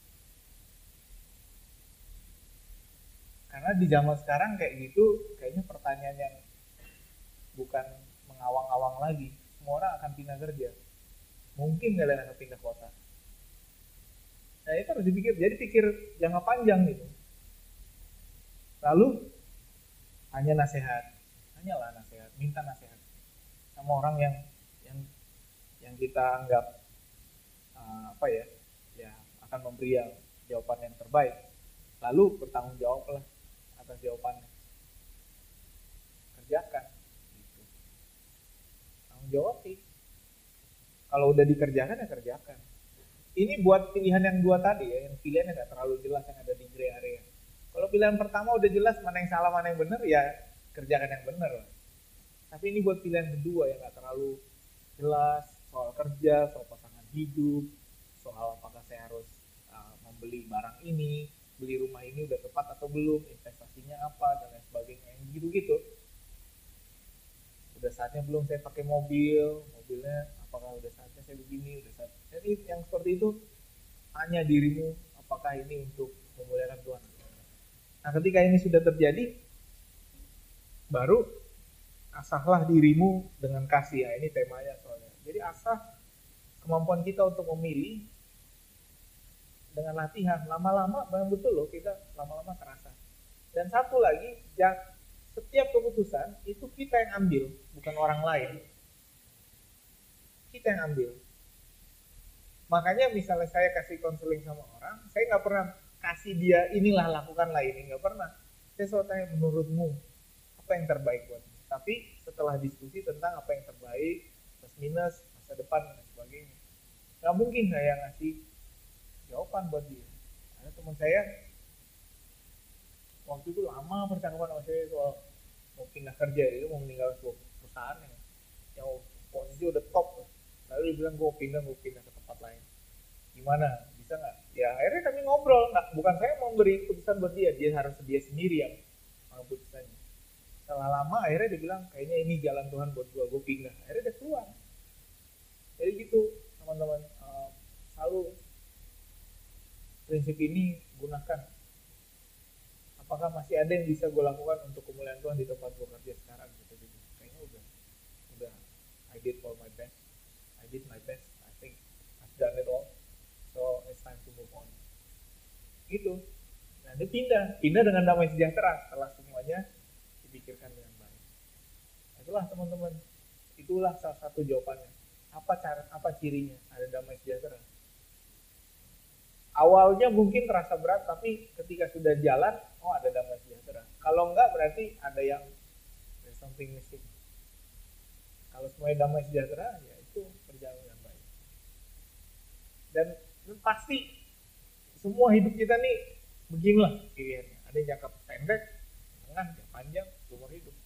Karena di zaman sekarang kayak gitu, kayaknya pertanyaan yang bukan mengawang-awang lagi. Semua orang akan pindah kerja. Mungkin kalian akan pindah kota. Nah itu harus dipikir. Jadi pikir jangka panjang gitu. Lalu tanya nasihat, tanyalah nasihat, minta nasihat sama orang yang yang yang kita anggap uh, apa ya, ya akan memberi yang jawaban yang terbaik. Lalu bertanggung jawablah atas jawabannya. Kerjakan. Jawab sih. Kalau udah dikerjakan ya kerjakan. Ini buat pilihan yang dua tadi ya, yang pilihannya nggak terlalu jelas yang ada di gray area. Kalau pilihan pertama udah jelas mana yang salah mana yang benar ya kerjakan yang benar lah. Tapi ini buat pilihan kedua yang nggak terlalu jelas soal kerja, soal pasangan hidup, soal apakah saya harus uh, membeli barang ini, beli rumah ini udah tepat atau belum, investasinya apa dan lain sebagainya, yang gitu-gitu. Udah saatnya belum saya pakai mobil, mobilnya apakah udah saatnya saya begini, udah saatnya. Jadi yang seperti itu tanya dirimu, apakah ini untuk memuliakan Tuhan. Nah, ketika ini sudah terjadi, baru asahlah dirimu dengan kasih. Ya, ini temanya soalnya. Jadi asah kemampuan kita untuk memilih dengan latihan. Lama-lama, memang betul loh, kita lama-lama terasa. Dan satu lagi, setiap keputusan itu kita yang ambil, bukan orang lain. Kita yang ambil. Makanya misalnya saya kasih konseling sama orang, saya nggak pernah kasih dia inilah lakukanlah ini, nggak pernah. Saya selalu tanya, menurutmu apa yang terbaik buatmu? Tapi setelah diskusi tentang apa yang terbaik, plus minus, masa depan dan sebagainya, nggak mungkin saya ngasih jawaban buat dia. Ada teman saya waktu itu lama percakapan sama saya soal mau pindah kerja, itu mau meninggalkan sebuah perusahaan yang, yang posisi udah top. Lalu dia bilang, gue pindah, gue pindah ke tempat lain. Gimana? Bisa nggak? Ya akhirnya kami ngobrol. Nggak, bukan saya mau beri keputusan buat dia, dia harus dia sendiri yang mengambil keputusannya. Setelah lama akhirnya dia bilang, kayaknya ini jalan Tuhan buat gue, gue pindah. Akhirnya dia keluar. Jadi gitu teman-teman, uh, selalu prinsip ini gunakan. Apakah masih ada yang bisa gue lakukan untuk kemuliaan Tuhan di tempat gue kerja sekarang? Gitu, gitu. Kayaknya udah, udah. I did all my best. I did my best. I think I've done it all. So it's time to move on. Gitu. Nah, dia pindah, pindah dengan damai sejahtera setelah semuanya dipikirkan dengan baik. Nah, itulah teman-teman. Itulah salah satu jawabannya. Apa cara, apa cirinya? Ada damai sejahtera. Awalnya mungkin terasa berat, tapi ketika sudah jalan, oh ada damai sejahtera. Kalau enggak berarti ada yang there's something missing. Kalau semuanya damai sejahtera, ya itu berjalan dengan baik. Dan pasti semua hidup kita nih beginilah pilihannya. Ada yang jangka pendek, tengah, jangka panjang, umur hidup.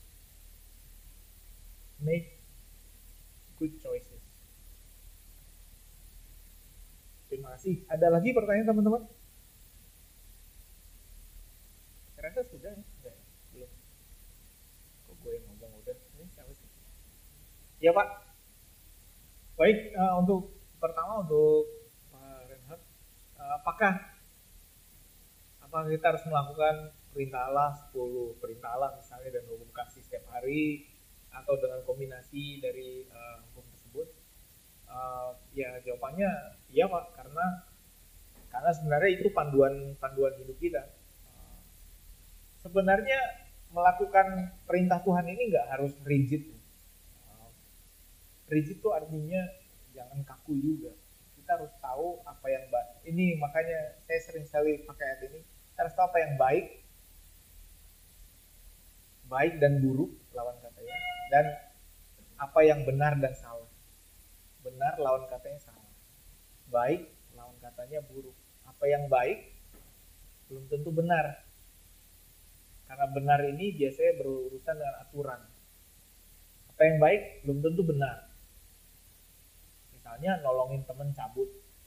Make good choices. Terima kasih. Ada lagi pertanyaan teman-teman? Saya rasa sudah ya? Enggak, belum. Kok gue yang ngomong udah? Ini siapa sih? Ya Pak. Baik, uh, untuk pertama untuk Pak Reinhard, uh, apakah apakah kita harus melakukan perintah Allah, sepuluh perintah Allah misalnya dan hukum kasih setiap hari, atau dengan kombinasi dari uh, hukum tersebut? Uh, ya jawabannya iya Pak, karena karena sebenarnya itu panduan panduan hidup kita. Uh, sebenarnya melakukan perintah Tuhan ini nggak harus rigid. Uh, rigid itu artinya jangan kaku juga. Kita harus tahu apa yang baik. Ini makanya saya sering sekali pakai ayat ini. Kita harus tahu apa yang baik, baik dan buruk lawan katanya, dan apa yang benar dan salah. Benar lawan katanya salah, baik lawan katanya buruk. Apa yang baik belum tentu benar, karena benar ini biasanya berurusan dengan aturan. Apa yang baik belum tentu benar. Misalnya nolongin teman cabut,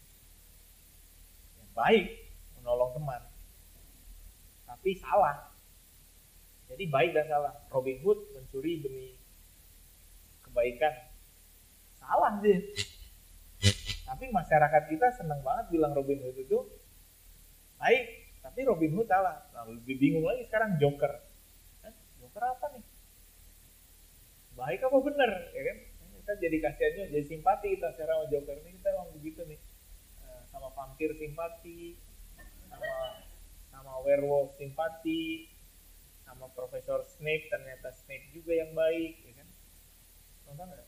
yang baik menolong teman, tapi salah. Jadi baik dan salah. Robin Hood mencuri demi kebaikan, salah dia. Tapi masyarakat kita senang banget bilang Robin Hood itu baik, tapi Robin Hood salah. Nah, lebih bingung lagi sekarang Joker. Hah? Joker apa nih? Baik apa benar? Ya kan? Kita jadi kasihannya, jadi simpati kita secara sama Joker ini. Kita emang begitu nih. Sama vampir simpati, sama sama werewolf simpati, sama Profesor Snape, ternyata Snape juga yang baik, ya kan? Nonton nggak?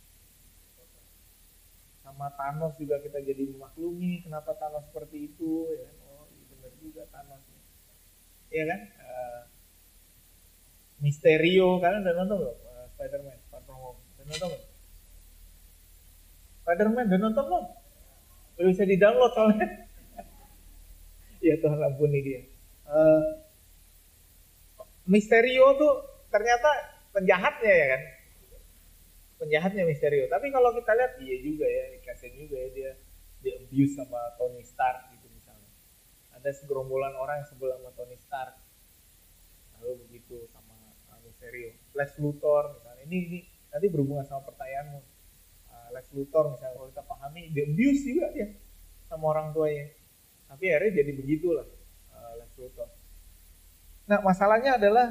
Sama Thanos juga kita jadi memaklumi kenapa Thanos seperti itu, ya kan? Oh, iya benar juga Thanos, ya kan? Uh, Mysterio, kalian udah nonton belum? Uh, Spider-Man, Far From Home, udah nonton belum? Spider-Man udah nonton belum? Udah bisa di-download soalnya. Ya Tuhan ampuni dia. Uh, Mysterio tuh ternyata penjahatnya, ya kan? Penjahatnya Mysterio. Tapi kalau kita lihat, iya juga ya, kasian juga ya dia dia abuse sama Tony Stark gitu misalnya. Ada segerombolan orang yang sebel sama Tony Stark. Lalu begitu sama uh, Mysterio. Lex Luthor misalnya. Ini, ini nanti berhubungan sama pertanyaanmu. Uh, Lex Luthor misalnya, kalau kita pahami, dia abuse juga dia. sama orang tuanya. Tapi akhirnya jadi begitulah uh, Lex Luthor. Nah masalahnya adalah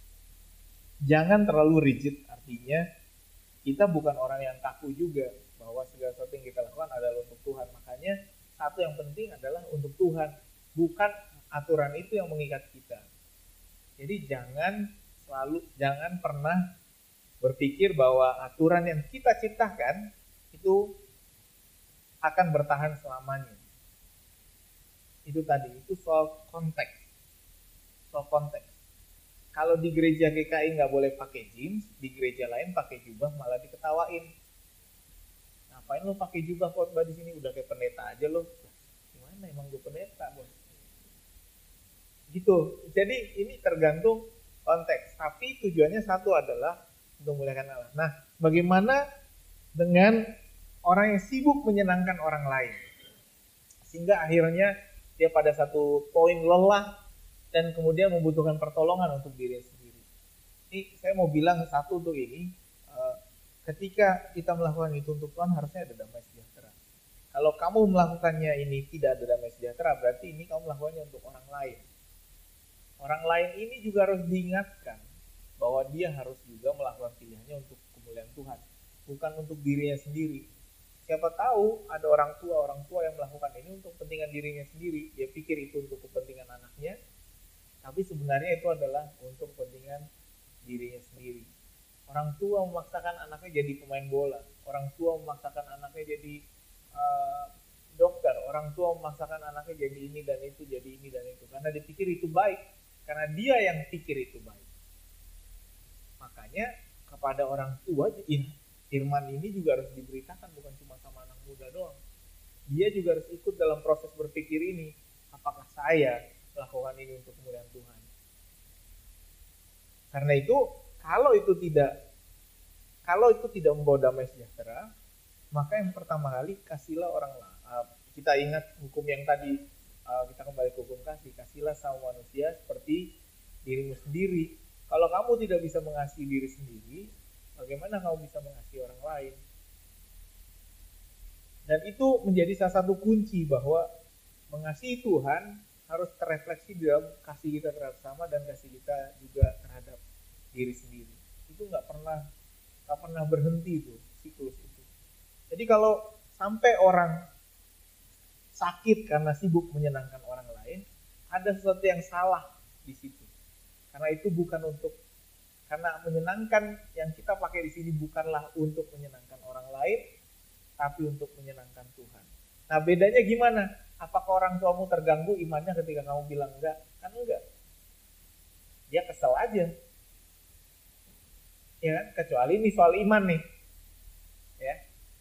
jangan terlalu rigid, artinya kita bukan orang yang kaku juga bahwa segala sesuatu yang kita lakukan adalah untuk Tuhan. Makanya satu yang penting adalah untuk Tuhan, bukan aturan itu yang mengikat kita. Jadi jangan selalu, jangan pernah berpikir bahwa aturan yang kita ciptakan itu akan bertahan selamanya. Itu tadi, itu soal konteks. Soal konteks. Kalau di gereja G K I nggak boleh pakai jeans, di gereja lain pakai jubah malah diketawain. Ngapain lo pakai jubah khotbah di sini? Udah kayak pendeta aja lo. Gimana emang gue pendeta, bos? Gitu. Jadi ini tergantung konteks. Tapi tujuannya satu adalah untuk memuliakan Allah. Nah, bagaimana dengan orang yang sibuk menyenangkan orang lain? Sehingga akhirnya dia pada satu poin lelah dan kemudian membutuhkan pertolongan untuk diri sendiri. Ini saya mau bilang satu untuk ini, ketika kita melakukan itu untuk Tuhan harusnya ada damai sejahtera. Kalau kamu melakukannya ini tidak ada damai sejahtera, berarti ini kamu melakukannya untuk orang lain. Orang lain ini juga harus diingatkan bahwa dia harus juga melakukan pilihannya untuk kemuliaan Tuhan, bukan untuk dirinya sendiri. Siapa tahu ada orang tua, orang tua yang melakukan ini untuk kepentingan dirinya sendiri. Dia pikir itu untuk kepentingan anaknya, tapi sebenarnya itu adalah untuk kepentingan dirinya sendiri. Orang tua memaksakan anaknya jadi pemain bola. Orang tua memaksakan anaknya jadi uh, dokter. Orang tua memaksakan anaknya jadi ini dan itu, jadi ini dan itu. Karena dia pikir itu baik. Karena dia yang pikir itu baik. Makanya kepada orang tua, firman ini juga harus diberitakan, bukan cuma sama anak muda doang. Dia juga harus ikut dalam proses berpikir ini. Apakah saya melakukan ini untuk kemuliaan Tuhan? Karena itu, kalau itu tidak, kalau itu tidak membawa damai sejahtera, maka yang pertama kali kasihlah orang lain. Kita ingat hukum yang tadi, kita kembali ke hukum kasih. Kasihlah sama manusia seperti dirimu sendiri. Kalau kamu tidak bisa mengasihi diri sendiri, bagaimana kamu bisa mengasihi orang lain? Dan itu menjadi salah satu kunci bahwa mengasihi Tuhan harus terrefleksi dalam kasih kita terhadap sama dan kasih kita juga terhadap diri sendiri. Itu nggak pernah nggak pernah berhenti itu siklus itu. Jadi kalau sampai orang sakit karena sibuk menyenangkan orang lain, ada sesuatu yang salah di situ. Karena itu bukan untuk Karena menyenangkan yang kita pakai di sini bukanlah untuk menyenangkan orang lain, tapi untuk menyenangkan Tuhan. Nah bedanya gimana? Apakah orang tuamu terganggu imannya ketika kamu bilang enggak? Kan enggak. Dia kesel aja. Ya kan? Kecuali ini soal iman nih. Ya.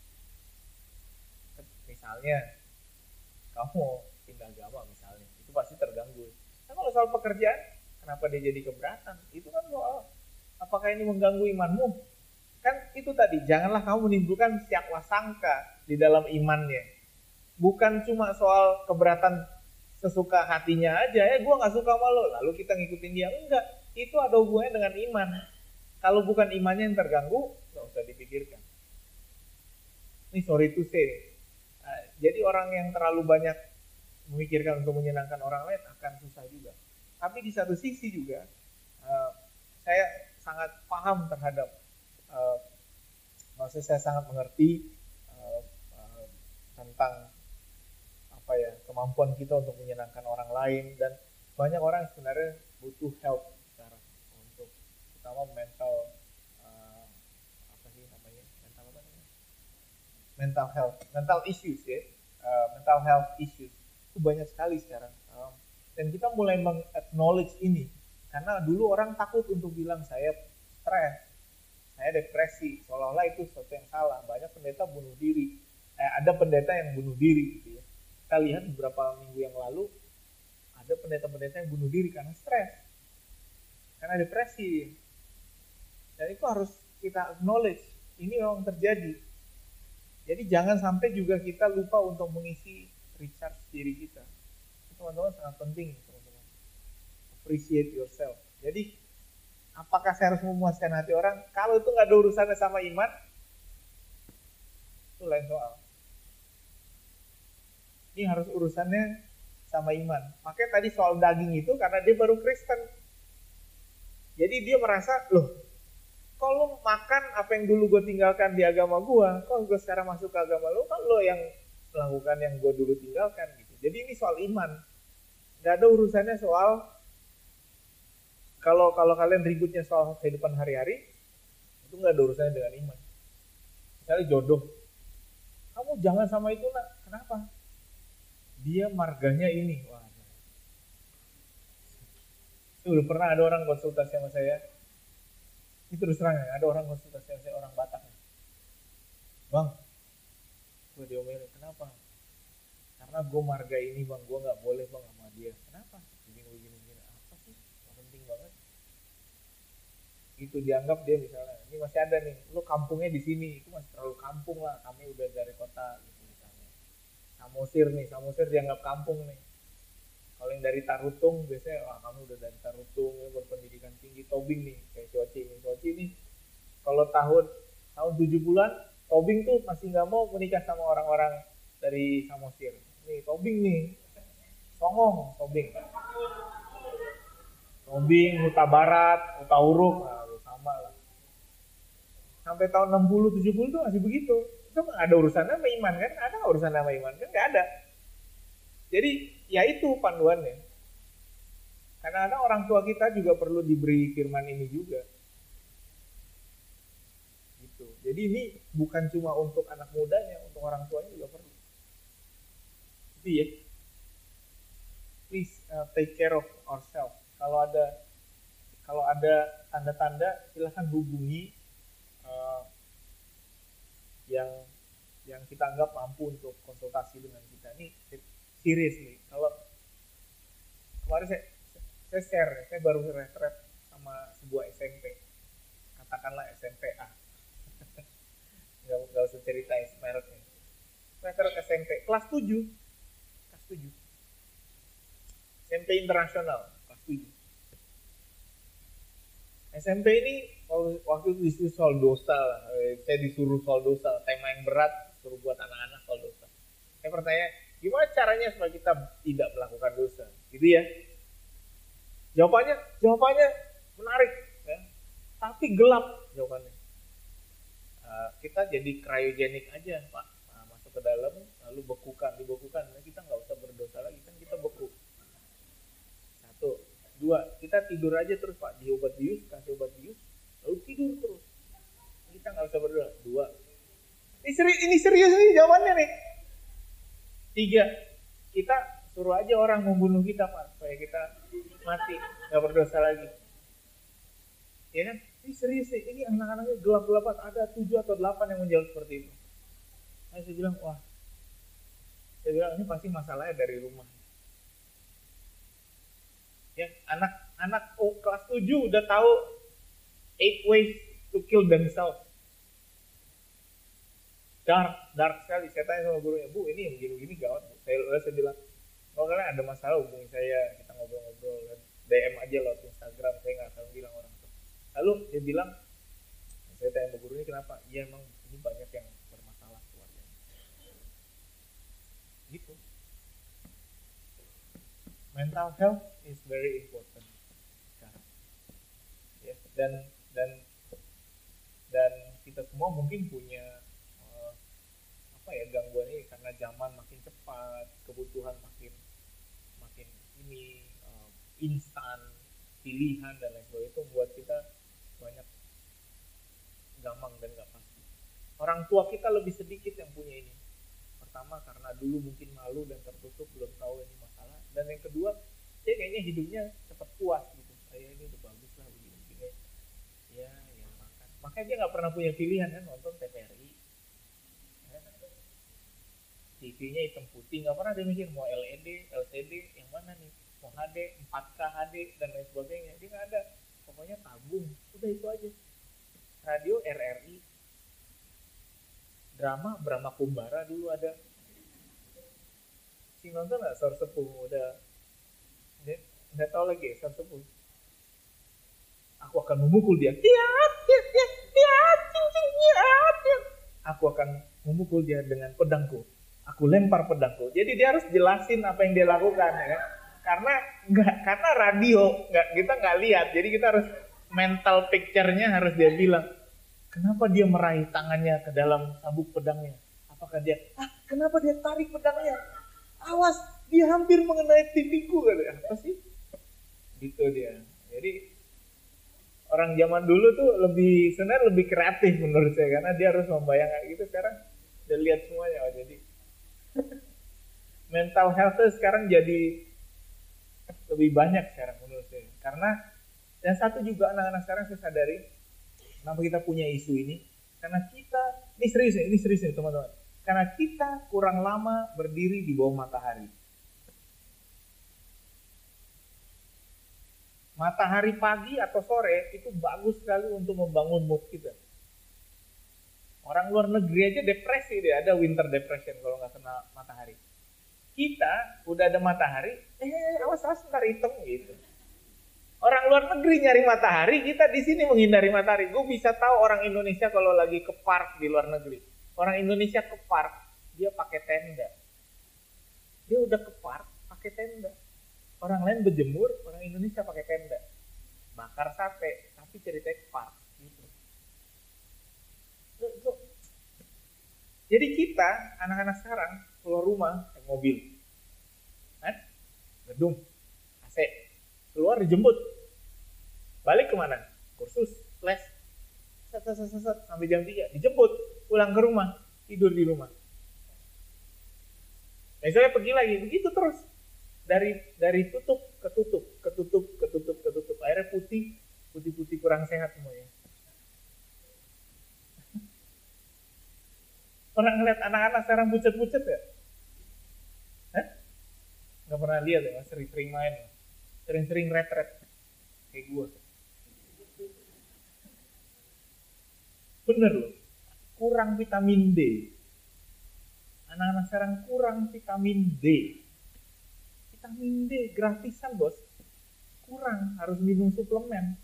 Misalnya kamu pindah agama misalnya, itu pasti terganggu. Nah kalau soal pekerjaan, kenapa dia jadi keberatan? Itu kan soal apakah ini mengganggu imanmu? Kan itu tadi, janganlah kamu menimbulkan siakwa sangka di dalam imannya. Bukan cuma soal keberatan sesuka hatinya aja, ya gue gak suka sama lo, lalu kita ngikutin dia. Enggak, itu ada hubungannya dengan iman. Kalau bukan imannya yang terganggu, gak usah dipikirkan. Ini sorry to say. Nah, jadi orang yang terlalu banyak memikirkan untuk menyenangkan orang lain akan susah juga. Tapi di satu sisi juga, uh, saya sangat paham terhadap, uh, maksudnya saya sangat mengerti uh, uh, tentang apa ya kemampuan kita untuk menyenangkan orang lain, dan banyak orang sebenarnya butuh help sekarang untuk terutama mental uh, apa sih namanya mental apa namanya mental health mental issues ya uh, mental health issues itu banyak sekali sekarang, um, dan kita mulai meng-acknowledge ini. Karena dulu orang takut untuk bilang saya stres, saya depresi, seolah-olah itu sesuatu yang salah. Banyak pendeta bunuh diri, eh, ada pendeta yang bunuh diri gitu ya. Kita lihat beberapa minggu yang lalu ada pendeta-pendeta yang bunuh diri karena stres, karena depresi. Dan itu harus kita acknowledge, ini memang terjadi. Jadi jangan sampai juga kita lupa untuk mengisi recharge diri kita. Teman-teman sangat penting, teman-teman. Appreciate yourself. Jadi, apakah saya harus memuaskan hati orang? Kalau itu nggak ada urusannya sama iman, itu lain soal. Ini harus urusannya sama iman. Makanya tadi soal daging itu karena dia baru Kristen. Jadi dia merasa, loh, kalau makan apa yang dulu gue tinggalkan di agama gue, kalau gue sekarang masuk ke agama lo, kan lo yang melakukan yang gue dulu tinggalkan gitu. Jadi ini soal iman. Gak ada urusannya soal, kalau kalau kalian ributnya soal kehidupan hari-hari, itu gak ada urusannya dengan iman. Misalnya jodoh, kamu jangan sama itu nak, kenapa? Dia marganya ini. Wah, udah pernah ada orang konsultasi sama saya. Ini terus terang ya, ada orang konsultasi sama saya, orang Batak. Bang, gue diomelin, kenapa? Karena gue marga ini bang, gue gak boleh bang sama dia. Kenapa? Begini, begini, begini. Apa sih? Gak penting banget. Itu dianggap dia misalnya, ini masih ada nih, lo kampungnya di sini, itu masih terlalu kampung lah, kami udah dari kota gitu misalnya. Samosir nih, Samosir dianggap kampung nih. Kalau yang dari Tarutung biasanya, wah kamu udah dari Tarutung, ya, berpendidikan tinggi. Tobing nih, kayak Coci nih, Coci nih. Kalau tahun tahun tujuh bulan, Tobing tuh masih nggak mau menikah sama orang-orang dari Samosir. Nih Tobing nih, songong Tobing. Tobing, Huta Barat, Huta Uruk, nah, sama lah. Sampai tahun enam puluh tujuh puluh tuh masih begitu. Itu nggak ada urusannya sama iman kan? Ada nggak urusannya sama iman kan? Nggak ada. Jadi ya itu panduannya. Karena ada orang tua kita juga perlu diberi firman ini juga. Gitu. Jadi ini bukan cuma untuk anak mudanya, untuk orang tuanya juga perlu. Jadi ya, please uh, take care of ourselves. Kalau ada kalau ada tanda-tanda, silakan hubungi uh, yang yang kita anggap mampu untuk konsultasi dengan kita. Ini seriously, kalau kemarin saya, saya share, saya baru retret sama sebuah S M P, katakanlah S M P A, nggak, nggak usah ceritain mereknya, retret S M P, kelas tujuh, kelas tujuh, S M P internasional, kelas tujuh. S M P ini waktu itu disuruh soal dosa, saya disuruh soal dosa, tema yang berat, suruh buat anak-anak soal dosa. Saya bertanya, gimana caranya supaya kita tidak melakukan dosa, gitu ya? Jawabannya, jawabannya menarik, ya. Tapi gelap jawabannya. Uh, kita jadi cryogenik aja, Pak. Nah, masuk ke dalam, lalu bekukan, dibekukan. Nah, kita nggak usah berdosa lagi, kan kita beku. Satu, dua, kita tidur aja terus, Pak. Di obat bius, kasih obat bius, lalu tidur terus. Kita nggak usah berdoa. Dua, ini serius, ini serius nih jawabannya nih. Tiga, kita suruh aja orang membunuh kita Pak, supaya kita mati, gak berdosa lagi. Ya kan? Ini serius sih, ini anak-anaknya gelap-gelapan, ada tujuh atau delapan yang menjawab seperti itu. Nah, saya bilang, wah, saya bilang ini pasti masalahnya dari rumah. Ya, anak-anak oh, kelas tujuh udah tahu eight ways to kill themselves. Dark, dark sekali. Saya tanya sama gurunya, Bu, ini yang begini-begini gawat. Saya, saya bilang, kalau kalian ada masalah hubungi saya, kita ngobrol-ngobrol, D M aja lewat Instagram, saya nggak akan bilang orang itu. Lalu dia bilang, saya tanya sama gurunya kenapa? Iya emang ini banyak yang bermasalah keluarganya. Gitu. Mental health is very important sekarang. Ya, dan dan dan kita semua mungkin punya apa ya gangguan ini karena zaman makin cepat, kebutuhan makin makin ini uh, instan, pilihan dan lain sebagainya itu membuat kita banyak gampang dan nggak pasti. Orang tua kita lebih sedikit yang punya ini. Pertama karena dulu mungkin malu dan tertutup, belum tahu ini masalah. Dan yang kedua, dia kayaknya hidupnya cepat puas gitu. Saya ini udah bagus lah begini-begini. Ya, ya makan. Makanya dia nggak pernah punya pilihan kan nonton T V R I. T V-nya hitam putih, nggak pernah dia mikir mau L E D, L C D, yang mana nih, mau H D, empat K, H D, dan lain sebagainya. Dia nggak ada, pokoknya tabung, udah itu aja. Radio R R I, drama Brahma Kumbara dulu ada. Si nonton nggak Sor Sepuh, udah nggak tahu lagi Sor Sepuh. Aku akan memukul dia. Tiat, tiat, tiat, tiat, tiat, tiat. Aku akan memukul dia dengan pedangku. aku lempar pedangku. Jadi dia harus jelasin apa yang dia lakukan, ya kan? Karena nggak, karena radio nggak, kita nggak lihat, jadi kita harus mental picture-nya harus dia bilang. Kenapa dia meraih tangannya ke dalam sabuk pedangnya? Apakah dia, ah kenapa dia tarik pedangnya? Awas, dia hampir mengenai pipiku. Apa sih? Gitu dia. Jadi orang zaman dulu tuh lebih, sebenarnya lebih kreatif menurut saya, karena dia harus membayangkan gitu. Sekarang udah lihat semuanya. Oh, jadi mental health sekarang jadi lebih banyak sekarang menurut saya. Karena dan satu juga anak-anak sekarang saya sadari kenapa kita punya isu ini, karena kita, ini serius nih, ini serius nih teman-teman. Karena kita kurang lama berdiri di bawah matahari. Matahari pagi atau sore itu bagus sekali untuk membangun mood kita. Orang luar negeri aja depresi, dia ada winter depression kalau nggak kena matahari. Kita udah ada matahari, eh awas awas ntar hitam gitu. Orang luar negeri nyari matahari, kita di sini menghindari matahari. Gue bisa tahu orang Indonesia kalau lagi ke park di luar negeri. Orang Indonesia ke park, dia pakai tenda. Dia udah ke park pakai tenda. Orang lain berjemur, orang Indonesia pakai tenda. Bakar sate, tapi ceritanya ke park gitu. Jadi kita, anak-anak sekarang keluar rumah naik mobil, kan? Gedung, A C, keluar dijemput, balik kemana? Kursus, les, set, set, set, set, sampai jam tiga, dijemput, pulang ke rumah, tidur di rumah. Misalnya pergi lagi, begitu terus, dari dari tutup ke tutup, ke tutup, ke tutup, ke tutup, akhirnya putih, putih-putih kurang sehat semuanya. Pernah ngeliat anak-anak sekarang pucet-pucet ya? Hah? Nggak pernah lihat ya, sering-sering main, sering-sering retret kayak gue. Bener loh, kurang vitamin D. Anak-anak sekarang kurang vitamin D. Vitamin D gratisan bos, kurang, harus minum suplemen.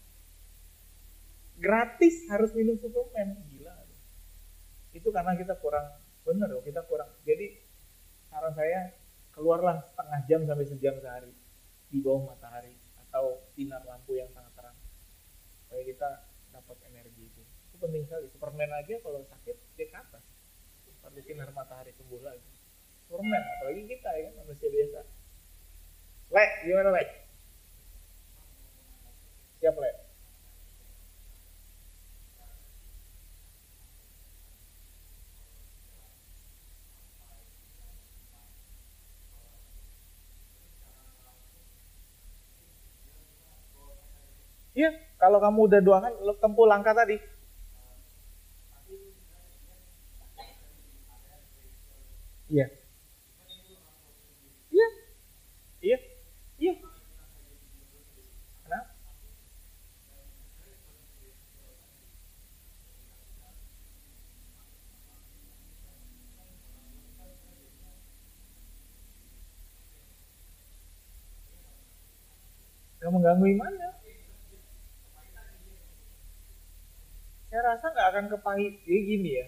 Gratis harus minum suplemen, gila. Itu karena kita kurang, bener loh, kita kurang. Jadi saran saya, keluarlah setengah jam sampai sejam sehari di bawah matahari atau sinar lampu yang sangat terang, supaya kita dapat energi itu. Itu penting sekali. Superman aja kalau sakit dia ke atas, pada sinar matahari sembuh lagi. Superman, apalagi kita ya kan, manusia biasa. Le, gimana Le? Siap Le? Iya, kalau kamu udah dua kan, lo tempuh langkah tadi. Iya. Iya. Iya. Iya. Kenapa? Gak mengganggu imannya. Saya rasa nggak akan kepahit. Jadi gini ya,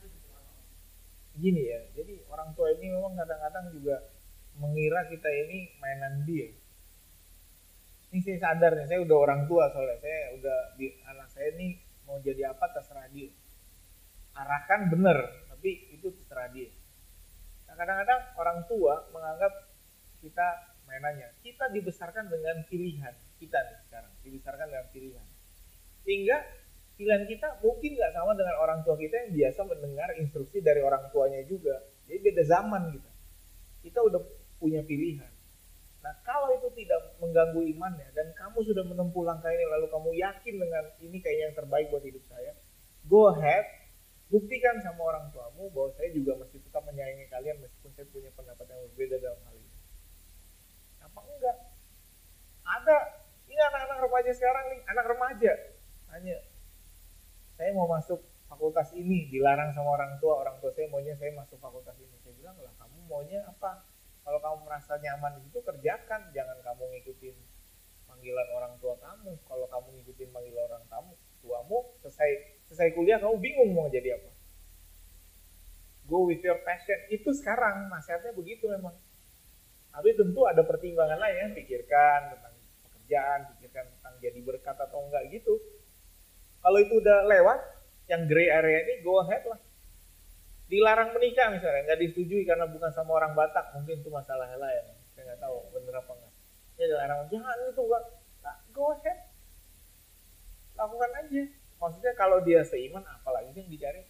gini ya. Jadi orang tua ini memang kadang-kadang juga mengira kita ini mainan dia. Ini saya sadar nih, saya udah orang tua soalnya. Saya udah di anak saya ini mau jadi apa terserah dia. Arahkan bener, tapi itu terserah dia. Nah, kadang-kadang orang tua menganggap kita mainannya. Kita dibesarkan dengan pilihan kita nih sekarang, dibesarkan dengan pilihan. Sehingga pilihan kita mungkin nggak sama dengan orang tua kita yang biasa mendengar instruksi dari orang tuanya juga. Jadi beda zaman kita. Kita udah punya pilihan. Nah kalau itu tidak mengganggu imannya dan kamu sudah menempuh langkah ini lalu kamu yakin dengan ini kayaknya yang terbaik buat hidup saya, go ahead, buktikan sama orang tuamu bahwa saya juga masih tetap menyayangi kalian meskipun saya punya pendapat yang berbeda dalam hal ini. Apa enggak? Ada, ini anak-anak remaja sekarang nih, anak remaja tanya, saya mau masuk fakultas ini, dilarang sama orang tua, orang tua saya maunya saya masuk fakultas ini. Saya bilang lah, kamu maunya apa? Kalau kamu merasa nyaman di situ kerjakan, jangan kamu ngikutin panggilan orang tua kamu. Kalau kamu ngikutin panggilan orang kamu, tuamu selesai selesai kuliah kamu bingung mau jadi apa. Go with your passion. Itu sekarang nasihatnya begitu memang. Tapi tentu ada pertimbangan lain ya, pikirkan tentang pekerjaan, pikirkan tentang jadi berkat atau enggak gitu. Kalau itu udah lewat, yang gray area ini go ahead lah. Dilarang menikah misalnya, nggak disetujui karena bukan sama orang Batak, mungkin itu masalah lain. Saya nggak tahu bener apa enggak. Ya dilarang, jangan itu Pak. Nah, go ahead. Lakukan aja. Maksudnya kalau dia seiman, apalagi yang dicari?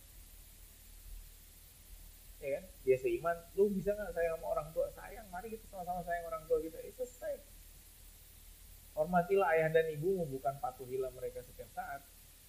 Ya kan? Dia seiman, lu bisa nggak sayang sama orang tua? Sayang, mari kita sama-sama sayang orang tua kita. Itu selesai. Hormatilah ayah dan ibumu, bukan patuhilah mereka setiap saat.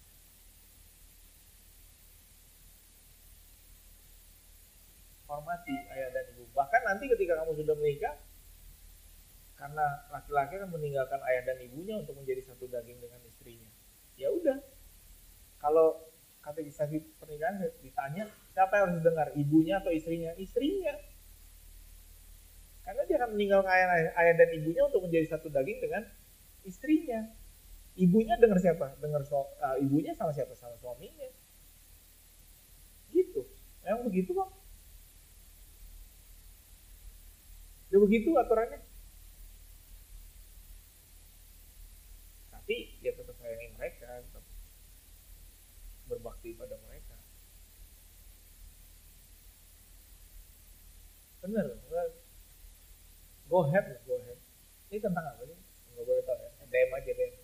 Hormati ayah dan ibu. Bahkan nanti ketika kamu sudah menikah, karena laki-laki akan meninggalkan ayah dan ibunya untuk menjadi satu daging dengan istrinya. Ya udah. Kalau kategorisasi pernikahan ditanya, siapa yang harus dengar, ibunya atau istrinya? Istrinya. Karena dia akan meninggalkan ayah, ayah dan ibunya untuk menjadi satu daging dengan istrinya. Ibunya dengar siapa? Dengar so, uh, ibunya sama siapa? Sama suaminya. Gitu. Yang begitu Bang. Ya begitu aturannya. Tapi ya tetap sayangi mereka, tetap berbakti pada mereka. Bener, go ahead, go ahead. Ini tentang apa sih? Nggak boleh tahu ya. D M aja D M.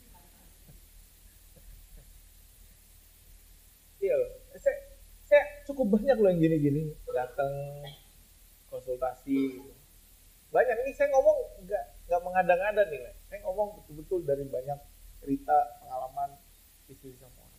Iya loh. Saya, saya cukup banyak loh yang gini-gini datang konsultasi. Banyak ini saya ngomong nggak nggak mengada-ngada nih, lah. Saya ngomong betul-betul dari banyak cerita pengalaman istri sama orang.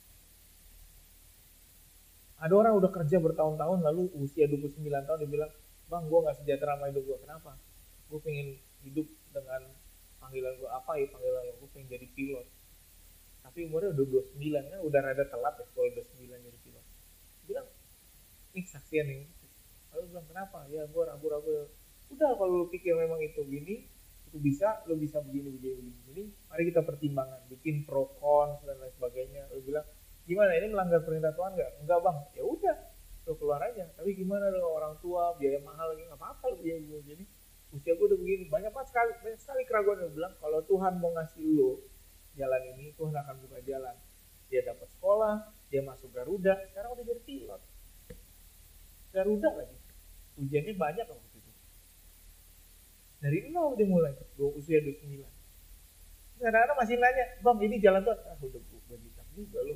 Ada orang udah kerja bertahun-tahun lalu usia dua puluh sembilan tahun dia bilang, bang gue nggak sejahtera sama hidup gue. Kenapa? Gue pengen hidup dengan panggilan gue apa ya panggilan gue, gue pengen jadi pilot. Tapi umurnya udah dua puluh sembilan kan, udah rada telat ya kalau dua puluh sembilan jadi pilot. Dia bilang, ini saksian nih. Lalu bilang kenapa? Ya gue ragu-ragu. Udah kalau lu pikir memang itu gini, itu bisa, lu bisa begini, begini, begini, begini. Mari kita pertimbangkan, bikin pro cons dan lain sebagainya. Lu bilang, gimana ini melanggar perintah Tuhan nggak? Enggak bang, ya udah, lu keluar aja. Tapi gimana dengan orang tua, biaya mahal lagi nggak apa-apa lu biaya gue jadi. Usia gue udah begini, banyak banget sekali, banyak sekali keraguan yang bilang kalau Tuhan mau ngasih lu jalan ini, Tuhan akan buka jalan. Dia dapat sekolah, dia masuk Garuda, sekarang udah jadi pilot. Garuda lagi, ujiannya banyak waktu itu. Dari nol dia mulai, usia dua puluh sembilan. Kadang-kadang masih nanya, bang ini jalan Tuhan, ah udah gue hitam juga lu.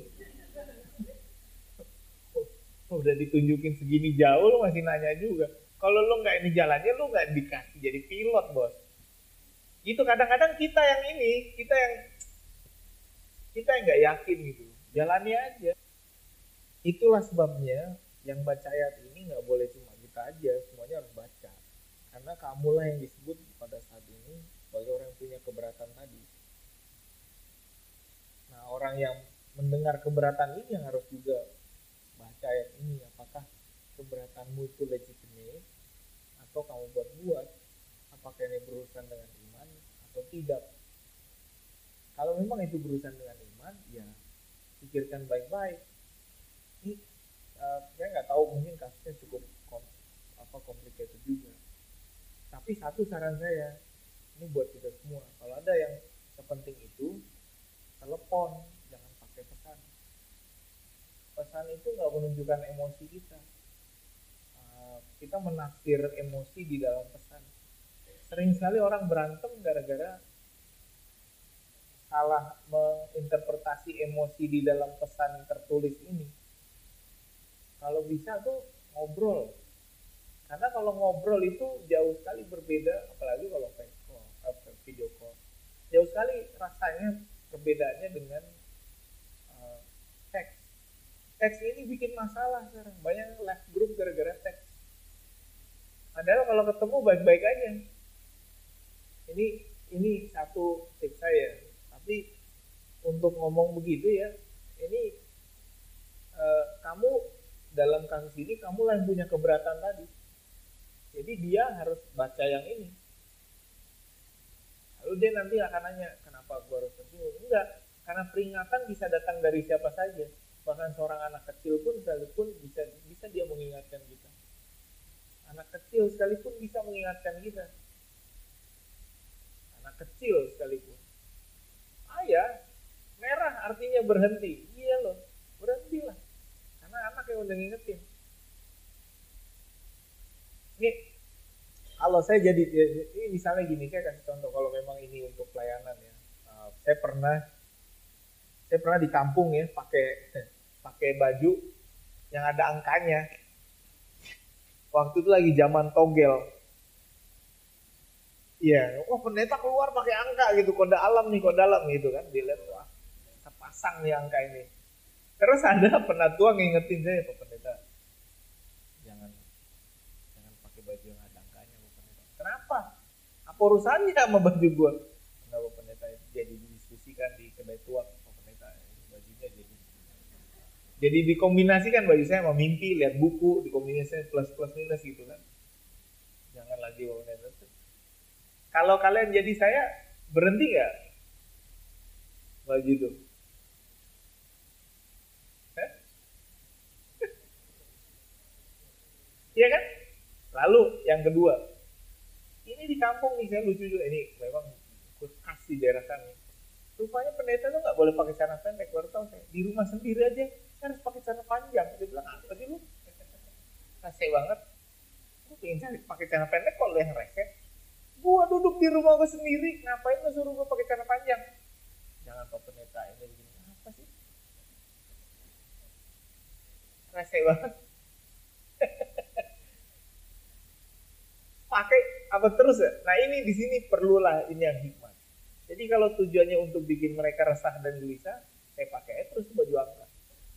Oh, udah ditunjukin segini jauh lu masih nanya juga. Kalau lu nggak ini jalannya, lu nggak dikasih jadi pilot bos. Itu kadang-kadang kita yang ini, kita yang kita yang nggak yakin gitu. Jalani aja. Itulah sebabnya yang baca ayat ini nggak boleh cuma kita aja, semuanya harus baca. Karena kamulah yang disebut pada saat ini sebagai orang yang punya keberatan tadi. Nah, orang yang mendengar keberatan ini yang harus juga baca ayat ini. Apakah keberatanmu itu legitimate atau kamu buat-buat? Apakah ini berurusan dengan iman atau tidak? Kalau memang itu berurusan dengan iman, ya pikirkan baik-baik. Ini uh, saya nggak tahu, mungkin kasusnya cukup kom, apa complicated juga. Tapi satu saran saya, ini buat kita semua. Kalau ada yang sepenting itu, telepon, jangan pakai pesan. Pesan itu nggak menunjukkan emosi kita. Uh, kita menafsir emosi di dalam pesan. Sering sekali orang berantem gara-gara salah menginterpretasi emosi di dalam pesan tertulis ini. Kalau bisa tuh ngobrol. Karena kalau ngobrol itu jauh sekali berbeda, apalagi kalau video call. Jauh sekali rasanya perbedaannya dengan uh, teks. Teks ini bikin masalah sekarang. Banyak live group gara-gara teks. Padahal kalau ketemu baik-baik aja. Ini ini satu tips saya. Tapi untuk ngomong begitu ya, ini uh, kamu dalam kasus ini kamulah yang punya keberatan tadi. Jadi dia harus baca yang ini. Lalu dia nanti akan nanya, kenapa gue harus tersinggung? Enggak, karena peringatan bisa datang dari siapa saja. Bahkan seorang anak kecil pun sekalipun bisa bisa dia mengingatkan kita. Anak kecil sekalipun bisa mengingatkan kita. Anak kecil sekalipun. Ayah, merah artinya berhenti. Iya loh, berhentilah. Karena anak yang udah ngingetin. Ini kalau saya jadi, ini misalnya gini, saya kasih contoh kalau memang ini untuk pelayanan ya. Uh, saya pernah, saya pernah di kampung ya, pakai pakai baju yang ada angkanya. Waktu itu lagi zaman togel. Iya, wah pendeta keluar pakai angka gitu, kode alam nih, kode alam gitu kan, dilihat wah, sepasang nih angka ini. Terus ada penatua ngingetin saya, Pak Pendeta, jangan jangan pakai baju yang ada angkanya, Pak Pendeta. Kenapa? Apa urusannya sama baju gua? Kenapa Pak Pendeta jadi didiskusikan di kedai tuak, Pak Pendeta bajunya jadi jadi dikombinasikan baju saya sama mimpi, lihat buku, dikombinasikan plus plus minus gitu kan. Jangan lagi Pak Pendeta. Kalau kalian jadi saya, berhenti nggak baju itu? Iya kan? Lalu yang kedua, ini di kampung nih saya lucu juga, ini memang khas di daerah kami. Rupanya pendeta tuh nggak boleh pakai celana pendek, baru tahu saya. Di rumah sendiri aja saya harus pakai celana panjang. Dia bilang apa sih lu? Rese banget. Lu pengen cari pakai celana pendek kok lu yang rese? Gua duduk di rumah gua sendiri, ngapain lu suruh gua pakai celana panjang? Jangan Pak Pendeta, ini begini. Apa sih? Rese banget. Pakai apa terus ya? Nah ini di sini perlulah ini yang hikmat. Jadi kalau tujuannya untuk bikin mereka resah dan gelisah, saya pakai terus baju angka.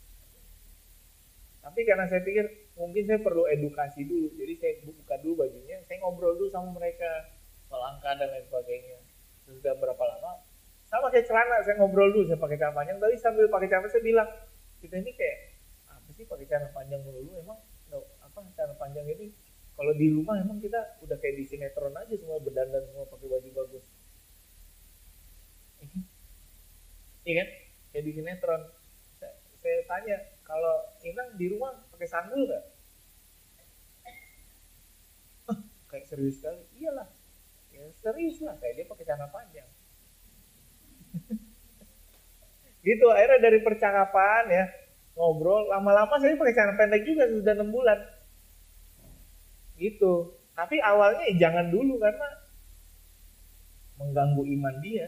Tapi karena saya pikir mungkin saya perlu edukasi dulu, jadi saya buka dulu bajunya, saya ngobrol dulu sama mereka soal angka dan lain sebagainya. Sudah berapa lama? Sama kayak celana, saya ngobrol dulu, saya pakai celana panjang, tapi sambil pakai celana saya bilang, kita ini kayak apa sih pakai celana panjang dulu? Emang no, apa celana panjang ini? Kalau di rumah emang kita udah kayak di sinetron aja semua berdandan semua pakai baju bagus. Iya kan? Kayak di sinetron. Saya, saya tanya, kalau Inang di rumah pakai sandal nggak? Oh, kayak serius sekali. Iyalah. Ya serius lah, kayak dia pakai celana panjang. Gitu, akhirnya dari percakapan ya, ngobrol, lama-lama saya pakai celana pendek juga sudah enam bulan. Gitu. Tapi awalnya ya jangan dulu karena mengganggu iman dia.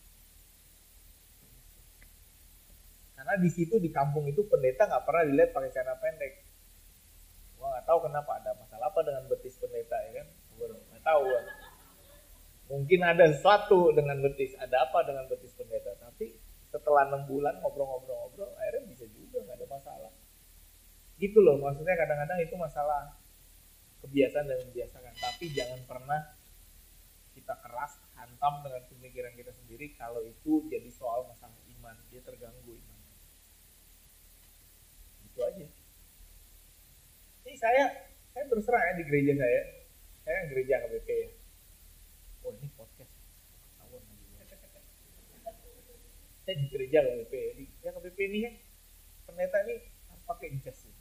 Karena di situ di kampung itu pendeta nggak pernah dilihat pakai celana pendek. Gua nggak tahu kenapa, ada masalah apa dengan betis pendeta ya kan? Gua nggak tahu. Gua. Mungkin ada sesuatu dengan betis, ada apa dengan betis pendeta? Tapi setelah enam bulan ngobrol-ngobrol-ngobrol, akhirnya bisa juga nggak ada masalah. Gitu loh, maksudnya kadang-kadang itu masalah kebiasaan dan membiasakan, tapi jangan pernah kita keras hantam dengan pemikiran kita sendiri kalau itu jadi soal masalah iman, dia terganggu iman. Itu aja. Ini saya saya terus terang ya di gereja saya, saya gereja K B P ya. Oh ini podcast, ketahuan lagi. Saya di gereja K B P ya, di K B P ini kan pendeta ini harus pakai jas ya.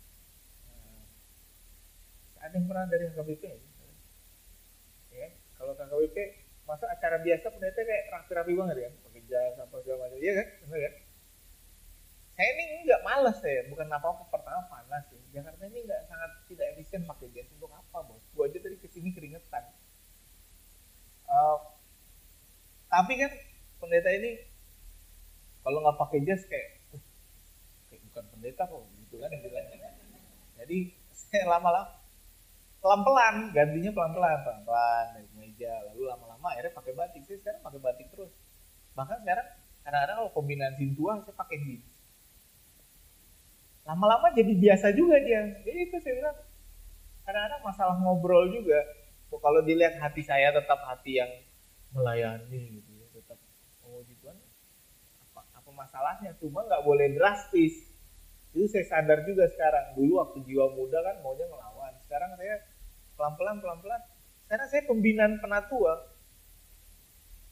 Ada yang pernah dari K B P ya? Ya, kalau K B P masa acara biasa pendeta kayak rapi-rapi banget ya, pakai jas apa segala macam, iya kan? Benar kan? Saya ini nggak malas ya, bukan apa-apa, pertama panas ya. Jakarta ini nggak sangat tidak efisien pakai jas untuk apa bos? Gua aja tadi kesini keringetan. Uh, tapi kan pendeta ini kalau nggak pakai jas kayak, uh, kayak bukan pendeta kok, gitu kan bilangnya. Jadi saya lama-lama pelan-pelan, gantinya pelan-pelan, pelan-pelan dari meja, lalu lama-lama akhirnya pakai batik. Saya sekarang pakai batik terus. Bahkan sekarang kadang-kadang kalau kombinasi tua saya pakai jeans. Lama-lama jadi biasa juga dia. Jadi itu saya bilang kadang-kadang masalah ngobrol juga. Kalau dilihat hati saya tetap hati yang melayani gitu ya, tetap memuji Tuhan. Apa, apa masalahnya? Cuma nggak boleh drastis. Itu saya sadar juga sekarang. Dulu waktu jiwa muda kan maunya ngelawan. Sekarang saya pelan-pelan, pelan-pelan. Sekarang saya pembinaan penatua.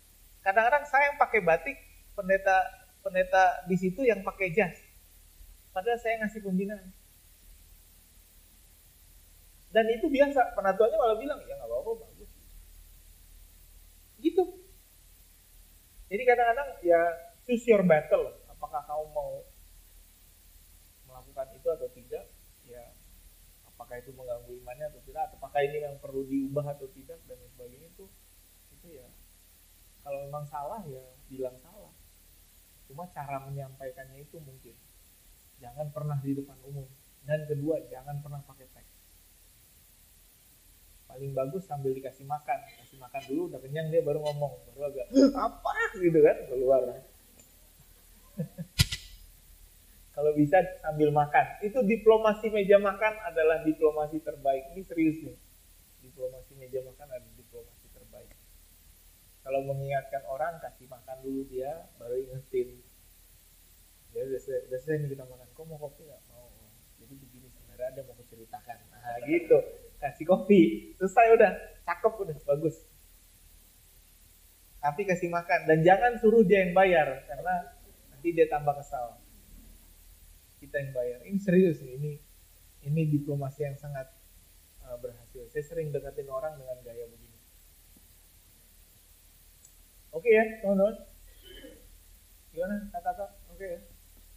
Kadang-kadang saya yang pakai batik, pendeta pendeta di situ yang pakai jas. Padahal saya ngasih pembinaan. Dan itu biasa, penatuannya malah bilang, ya nggak apa-apa, bagus. Gitu. Jadi kadang-kadang ya choose your battle. Apakah kamu mau melakukan itu atau tidak? Ya, apakah itu mengganggu imannya atau tidak? Apakah ini yang perlu diubah atau tidak? Dan sebagainya itu, itu ya. Kalau memang salah ya bilang salah. Cuma cara menyampaikannya itu mungkin. Jangan pernah di depan umum. Dan kedua, jangan pernah pakai teks. Paling bagus sambil dikasih makan. Kasih makan dulu, udah kenyang dia baru ngomong. Baru agak, apa gitu kan, keluar. Kalau bisa sambil makan. Itu diplomasi meja makan adalah diplomasi terbaik. Ini serius nih. Diplomasi meja makan adalah diplomasi terbaik. Kalau mengingatkan orang, kasih makan dulu dia, baru ingetin. Ya udah selesai nih kita makan. Kok mau kopi nggak? Mau. Jadi begini sebenarnya ada mau menceritakan. Nah gitu. Kasih kopi. Selesai udah. Cakep udah. Bagus. Tapi kasih makan. Dan jangan suruh dia yang bayar. Karena nanti dia tambah kesal. Kita yang bayar. Ini serius nih. Ini, ini diplomasi yang sangat uh, berhasil. Saya sering deketin orang dengan gaya begini. Oke ya, teman-teman. Gimana kata-kata? Oke ya.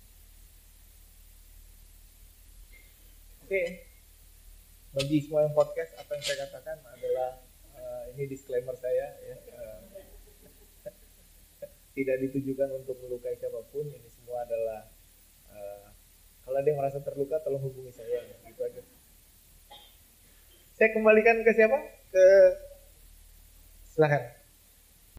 Oke. Bagi semua yang podcast, apa yang saya katakan adalah uh, ini disclaimer saya ya. Uh, tidak ditujukan untuk melukai siapapun. Ini semua adalah uh, kalau ada yang merasa terluka, tolong hubungi saya. Gitu aja. Saya kembalikan ke siapa? Ke silakan.